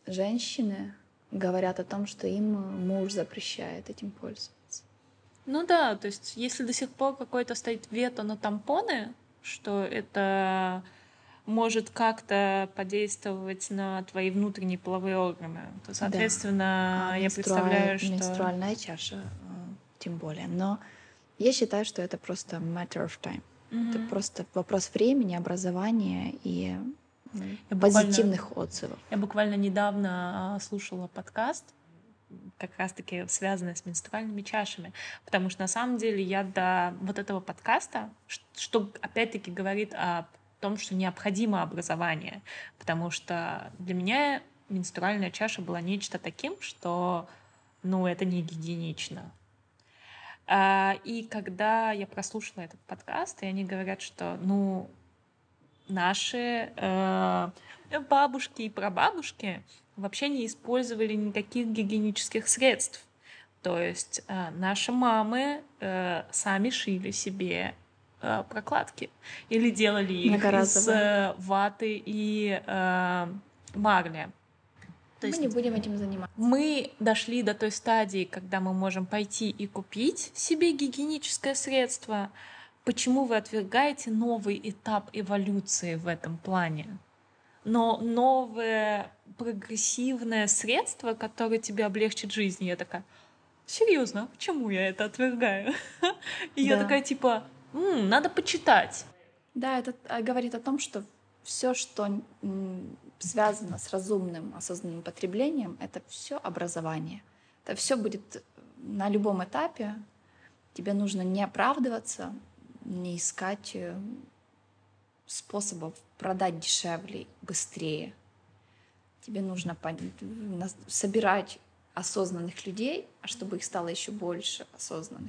женщины говорят о том, что им муж запрещает этим пользоваться. Ну да, то есть если до сих пор какой-то стоит вето на тампоны, что это может как-то подействовать на твои внутренние половые органы, то, Да. соответственно, я представляю, что... менструальная чаша тем более. Но я считаю, что это просто matter of time. Это просто вопрос времени, образования и позитивных отзывов. Я буквально недавно слушала подкаст, как раз-таки связанный с менструальными чашами, потому что на самом деле я до вот этого подкаста, что опять-таки говорит о том, что необходимо образование, потому что для меня менструальная чаша была нечто таким, что, это не гигиенично. И когда я прослушала этот подкаст, и они говорят, что, наши бабушки и прабабушки вообще не использовали никаких гигиенических средств. То есть наши мамы сами шили себе прокладки или делали их из ваты и марли. То есть мы не будем этим заниматься. Мы дошли до той стадии, когда мы можем пойти и купить себе гигиеническое средство. Почему вы отвергаете новый этап эволюции в этом плане? Но новое прогрессивное средство, которое тебе облегчит жизнь, я такая, серьезно, почему я это отвергаю? И я такая, типа, надо почитать. Да, это говорит о том, что все, что связано с разумным, осознанным потреблением, это все образование. Это все будет на любом этапе. Тебе нужно не оправдываться, не искать способов продать дешевле, быстрее. Тебе нужно собирать осознанных людей, а чтобы их стало еще больше осознанных.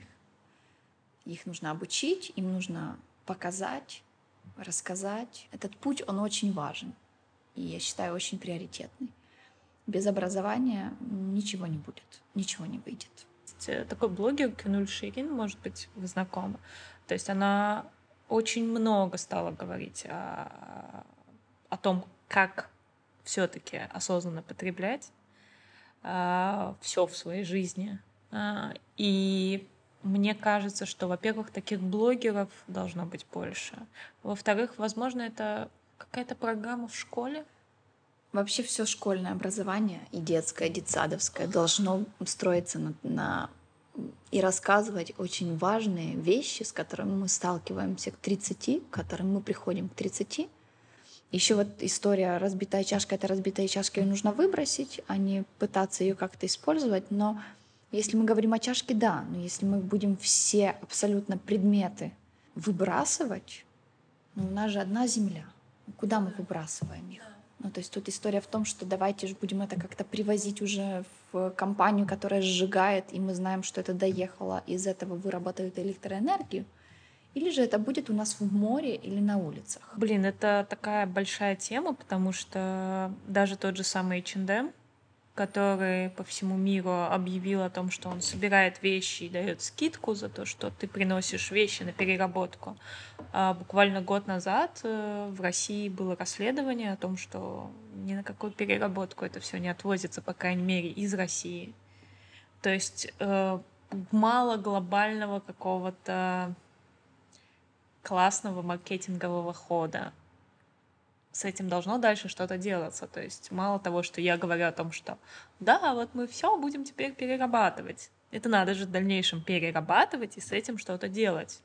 Их нужно обучить, им нужно показать, рассказать. Этот путь, он очень важен. И я считаю, очень приоритетный. Без образования ничего не будет, ничего не выйдет. Такой блогер Кюнуль Ширин, может быть, вы знакомы. То есть она очень много стала говорить о том, как все-таки осознанно потреблять все в своей жизни. И мне кажется, что, во-первых, таких блогеров должно быть больше. Во-вторых, возможно, это какая-то программа в школе. Вообще все школьное образование, и детское, и детсадовское, должно строиться и рассказывать очень важные вещи, с которыми мы сталкиваемся к 30, к которым мы приходим к 30. Еще вот история «разбитая чашка» — это разбитая чашка, ее нужно выбросить, а не пытаться ее как-то использовать. Но если мы говорим о чашке, да, но если мы будем все абсолютно предметы выбрасывать, у нас же одна земля. Куда мы выбрасываем их? То есть тут история в том, что давайте же будем это как-то привозить уже в компанию, которая сжигает, и мы знаем, что это доехало, из этого выработают электроэнергию. Или же это будет у нас в море или на улицах? Это такая большая тема, потому что даже тот же самый H&M, который по всему миру объявил о том, что он собирает вещи и дает скидку за то, что ты приносишь вещи на переработку. Буквально год назад в России было расследование о том, что ни на какую переработку это все не отвозится, по крайней мере, из России. То есть мало глобального какого-то классного маркетингового хода. С этим должно дальше что-то делаться. То есть мало того, что я говорю о том, что да, вот мы все будем теперь перерабатывать. Это надо же в дальнейшем перерабатывать и с этим что-то делать.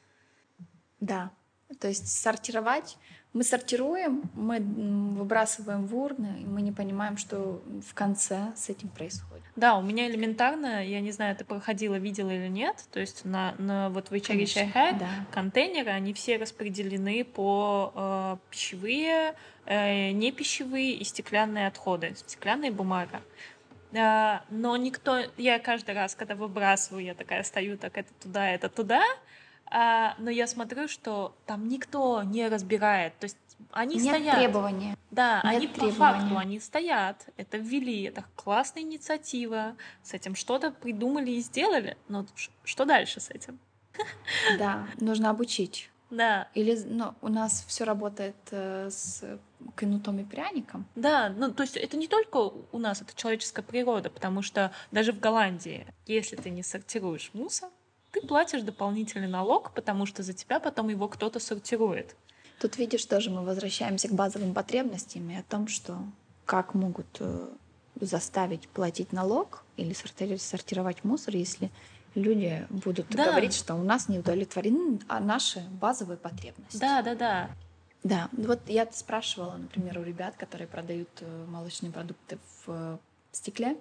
Да, то есть сортировать. Мы сортируем, мы выбрасываем в урны, и мы не понимаем, что в конце с этим происходит. Да, у меня элементарно, я не знаю, ты проходила, видела или нет, то есть на вот в HRH контейнеры, они все распределены по пищевые, не пищевые и стеклянные отходы, стеклянная бумага. Но никто, я каждый раз, когда выбрасываю, я такая стою, так это туда, но я смотрю, что там никто не разбирает, то есть они нет стоят. Требования. Да, нет они требований. По факту, они стоят, это ввели, это классная инициатива, с этим что-то придумали и сделали, но что дальше с этим? Да, нужно обучить. Да. Или у нас все работает с кнутом и пряником? Да, ну то есть это не только у нас, это человеческая природа, потому что даже в Голландии, если ты не сортируешь мусор, ты платишь дополнительный налог, потому что за тебя потом его кто-то сортирует. Тут, видишь, тоже мы возвращаемся к базовым потребностям и о том, что как могут заставить платить налог или сортировать мусор, если люди будут Да. говорить, что у нас не удовлетворены наши базовые потребности. Да. Да, вот я спрашивала, например, у ребят, которые продают молочные продукты в стекле.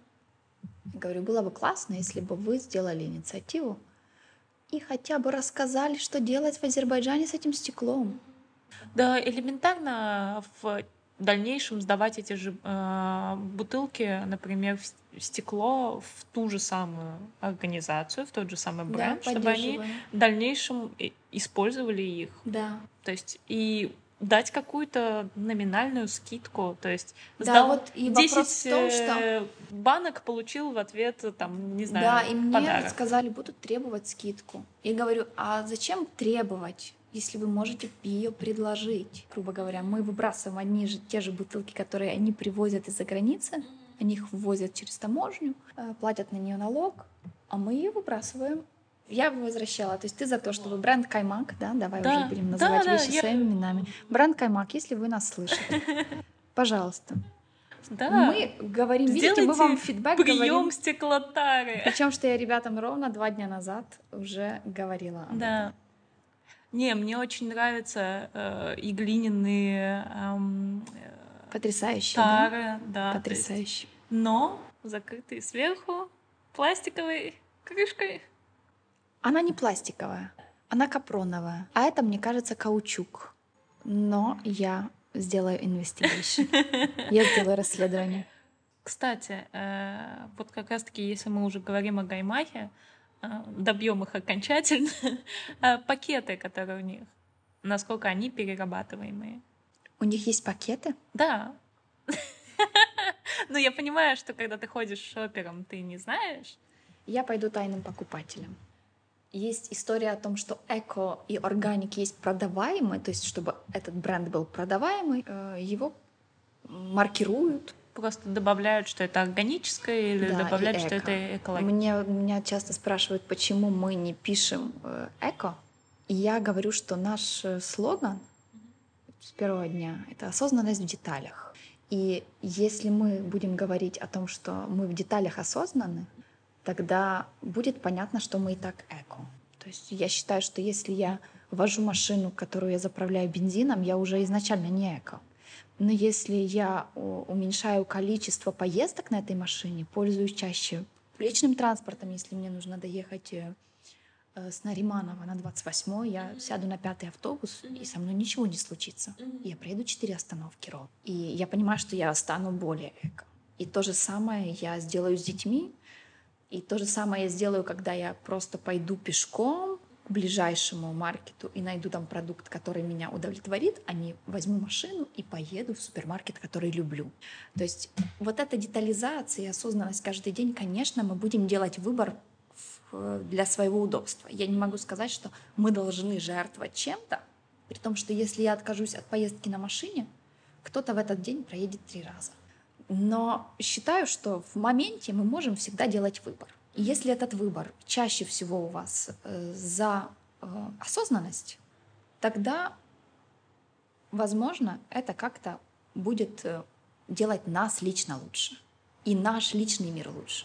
Я говорю, было бы классно, если бы вы сделали инициативу и хотя бы рассказали, что делать в Азербайджане с этим стеклом. Да, элементарно в дальнейшем сдавать эти же бутылки, например, в стекло в ту же самую организацию, в тот же самый бренд, чтобы они в дальнейшем использовали их. Да. То есть и дать какую-то номинальную скидку. То есть Да, сдал вот и 10 вопрос в том, что банок, получил в ответ, там, не знаю, да, и мне подарок. сказали, будут требовать скидку. И говорю, а зачем требовать, если вы можете ее предложить? Грубо говоря, мы выбрасываем одни же те же бутылки, которые они привозят из-за границы, они их ввозят через таможню, платят на нее налог, а мы ее выбрасываем. Я бы возвращала. То есть ты за то, чтобы бренд Каймак, да, давай Да, уже будем называть да, вещи своими именами. Бренд Каймак, если вы нас слышите, пожалуйста. Да. Мы говорим, видите, мы вам фидбэк говорим. Прием стеклотары. Причем, что я ребятам ровно 2 дня назад уже говорила об этом. Не, мне очень нравятся и глиняные Потрясающе, тары, да. Потрясающе. Но закрытые сверху пластиковой крышкой. Она не пластиковая, она капроновая. А это, мне кажется, каучук. Но я сделаю инвестигейшн. Я сделаю расследование. Кстати, вот как раз-таки, если мы уже говорим о Гаймахе, добьем их окончательно, пакеты, которые у них, насколько они перерабатываемые. У них есть пакеты? Да. Но я понимаю, что когда ты ходишь шоппером, ты не знаешь. Я пойду тайным покупателем. Есть история о том, что эко и органик есть продаваемый, то есть чтобы этот бренд был продаваемый, его маркируют. Просто добавляют, что это органическое, или Да, добавляют, что это экологично. Меня часто спрашивают, почему мы не пишем эко. И я говорю, что наш слоган с первого дня — это осознанность в деталях. И если мы будем говорить о том, что мы в деталях осознаны, тогда будет понятно, что мы и так эко. То есть я считаю, что если я вожу машину, которую я заправляю бензином, я уже изначально не эко. Но если я уменьшаю количество поездок на этой машине, пользуюсь чаще личным транспортом, если мне нужно доехать с Нариманова на 28-й, я сяду на 5-й автобус, и со мной ничего не случится. Я проеду 4 остановки ровно. И я понимаю, что я стану более эко. И то же самое я сделаю с детьми, и то же самое я сделаю, когда я просто пойду пешком к ближайшему маркету и найду там продукт, который меня удовлетворит, а не возьму машину и поеду в супермаркет, который люблю. То есть вот эта детализация и осознанность каждый день, конечно, мы будем делать выбор для своего удобства. Я не могу сказать, что мы должны жертвовать чем-то, при том, что если я откажусь от поездки на машине, кто-то в этот день проедет 3 раза. Но считаю, что в моменте мы можем всегда делать выбор. И если этот выбор чаще всего у вас за осознанность, тогда, возможно, это как-то будет делать нас лично лучше. И наш личный мир лучше.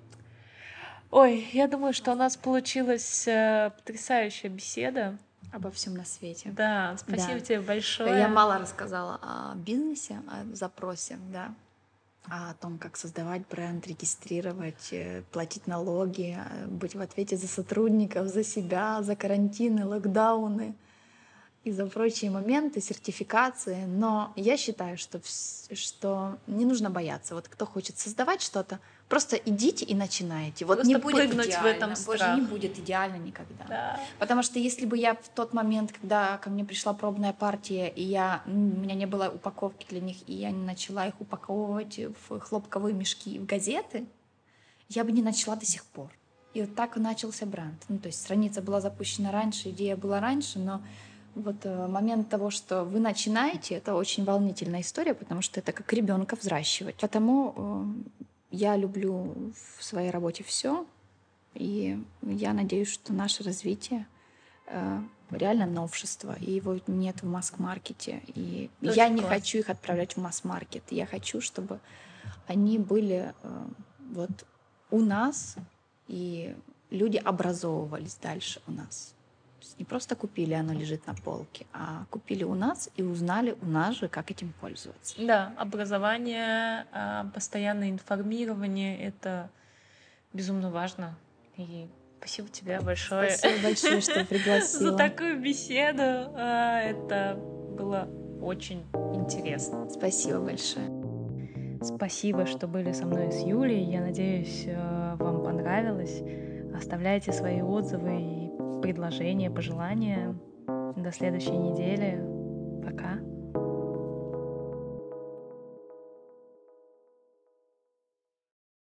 Ой, я думаю, что у нас получилась потрясающая беседа. Обо всем на свете. Да, спасибо тебе большое. Я мало рассказала о бизнесе, о запросе, да, о том, как создавать бренд, регистрировать, платить налоги, быть в ответе за сотрудников, за себя, за карантины, локдауны и за прочие моменты, сертификации. Но я считаю, что не нужно бояться. Вот кто хочет создавать что-то, просто идите и начинайте. Вот Просто не будет прыгнуть идеально. в этом Боже, страх. не будет идеально никогда. Да. Потому что если бы я в тот момент, когда ко мне пришла пробная партия, и у меня не было упаковки для них, и я не начала их упаковывать в хлопковые мешки и в газеты, я бы не начала до сих пор. И вот так и начался бренд. Ну, то есть страница была запущена раньше, идея была раньше, но вот момент того, что вы начинаете, это очень волнительная история, потому что это как ребенка взращивать. Потому я люблю в своей работе все, и я надеюсь, что наше развитие реально новшество, и его нет в масс-маркете. И Это я очень не классно. хочу их отправлять в масс-маркет. Я хочу, чтобы они были вот у нас, и люди образовывались дальше у нас. То есть не просто купили, оно лежит на полке, а купили у нас и узнали у нас же, как этим пользоваться. Да, образование, постоянное информирование — это безумно важно. И спасибо тебе большое Спасибо большое, что за пригласила. такую беседу. Это было очень интересно. Спасибо большое. Спасибо, что были со мной с Юлей. Я надеюсь, вам понравилось. Оставляйте свои отзывы и предложения, пожелания. До следующей недели. Пока.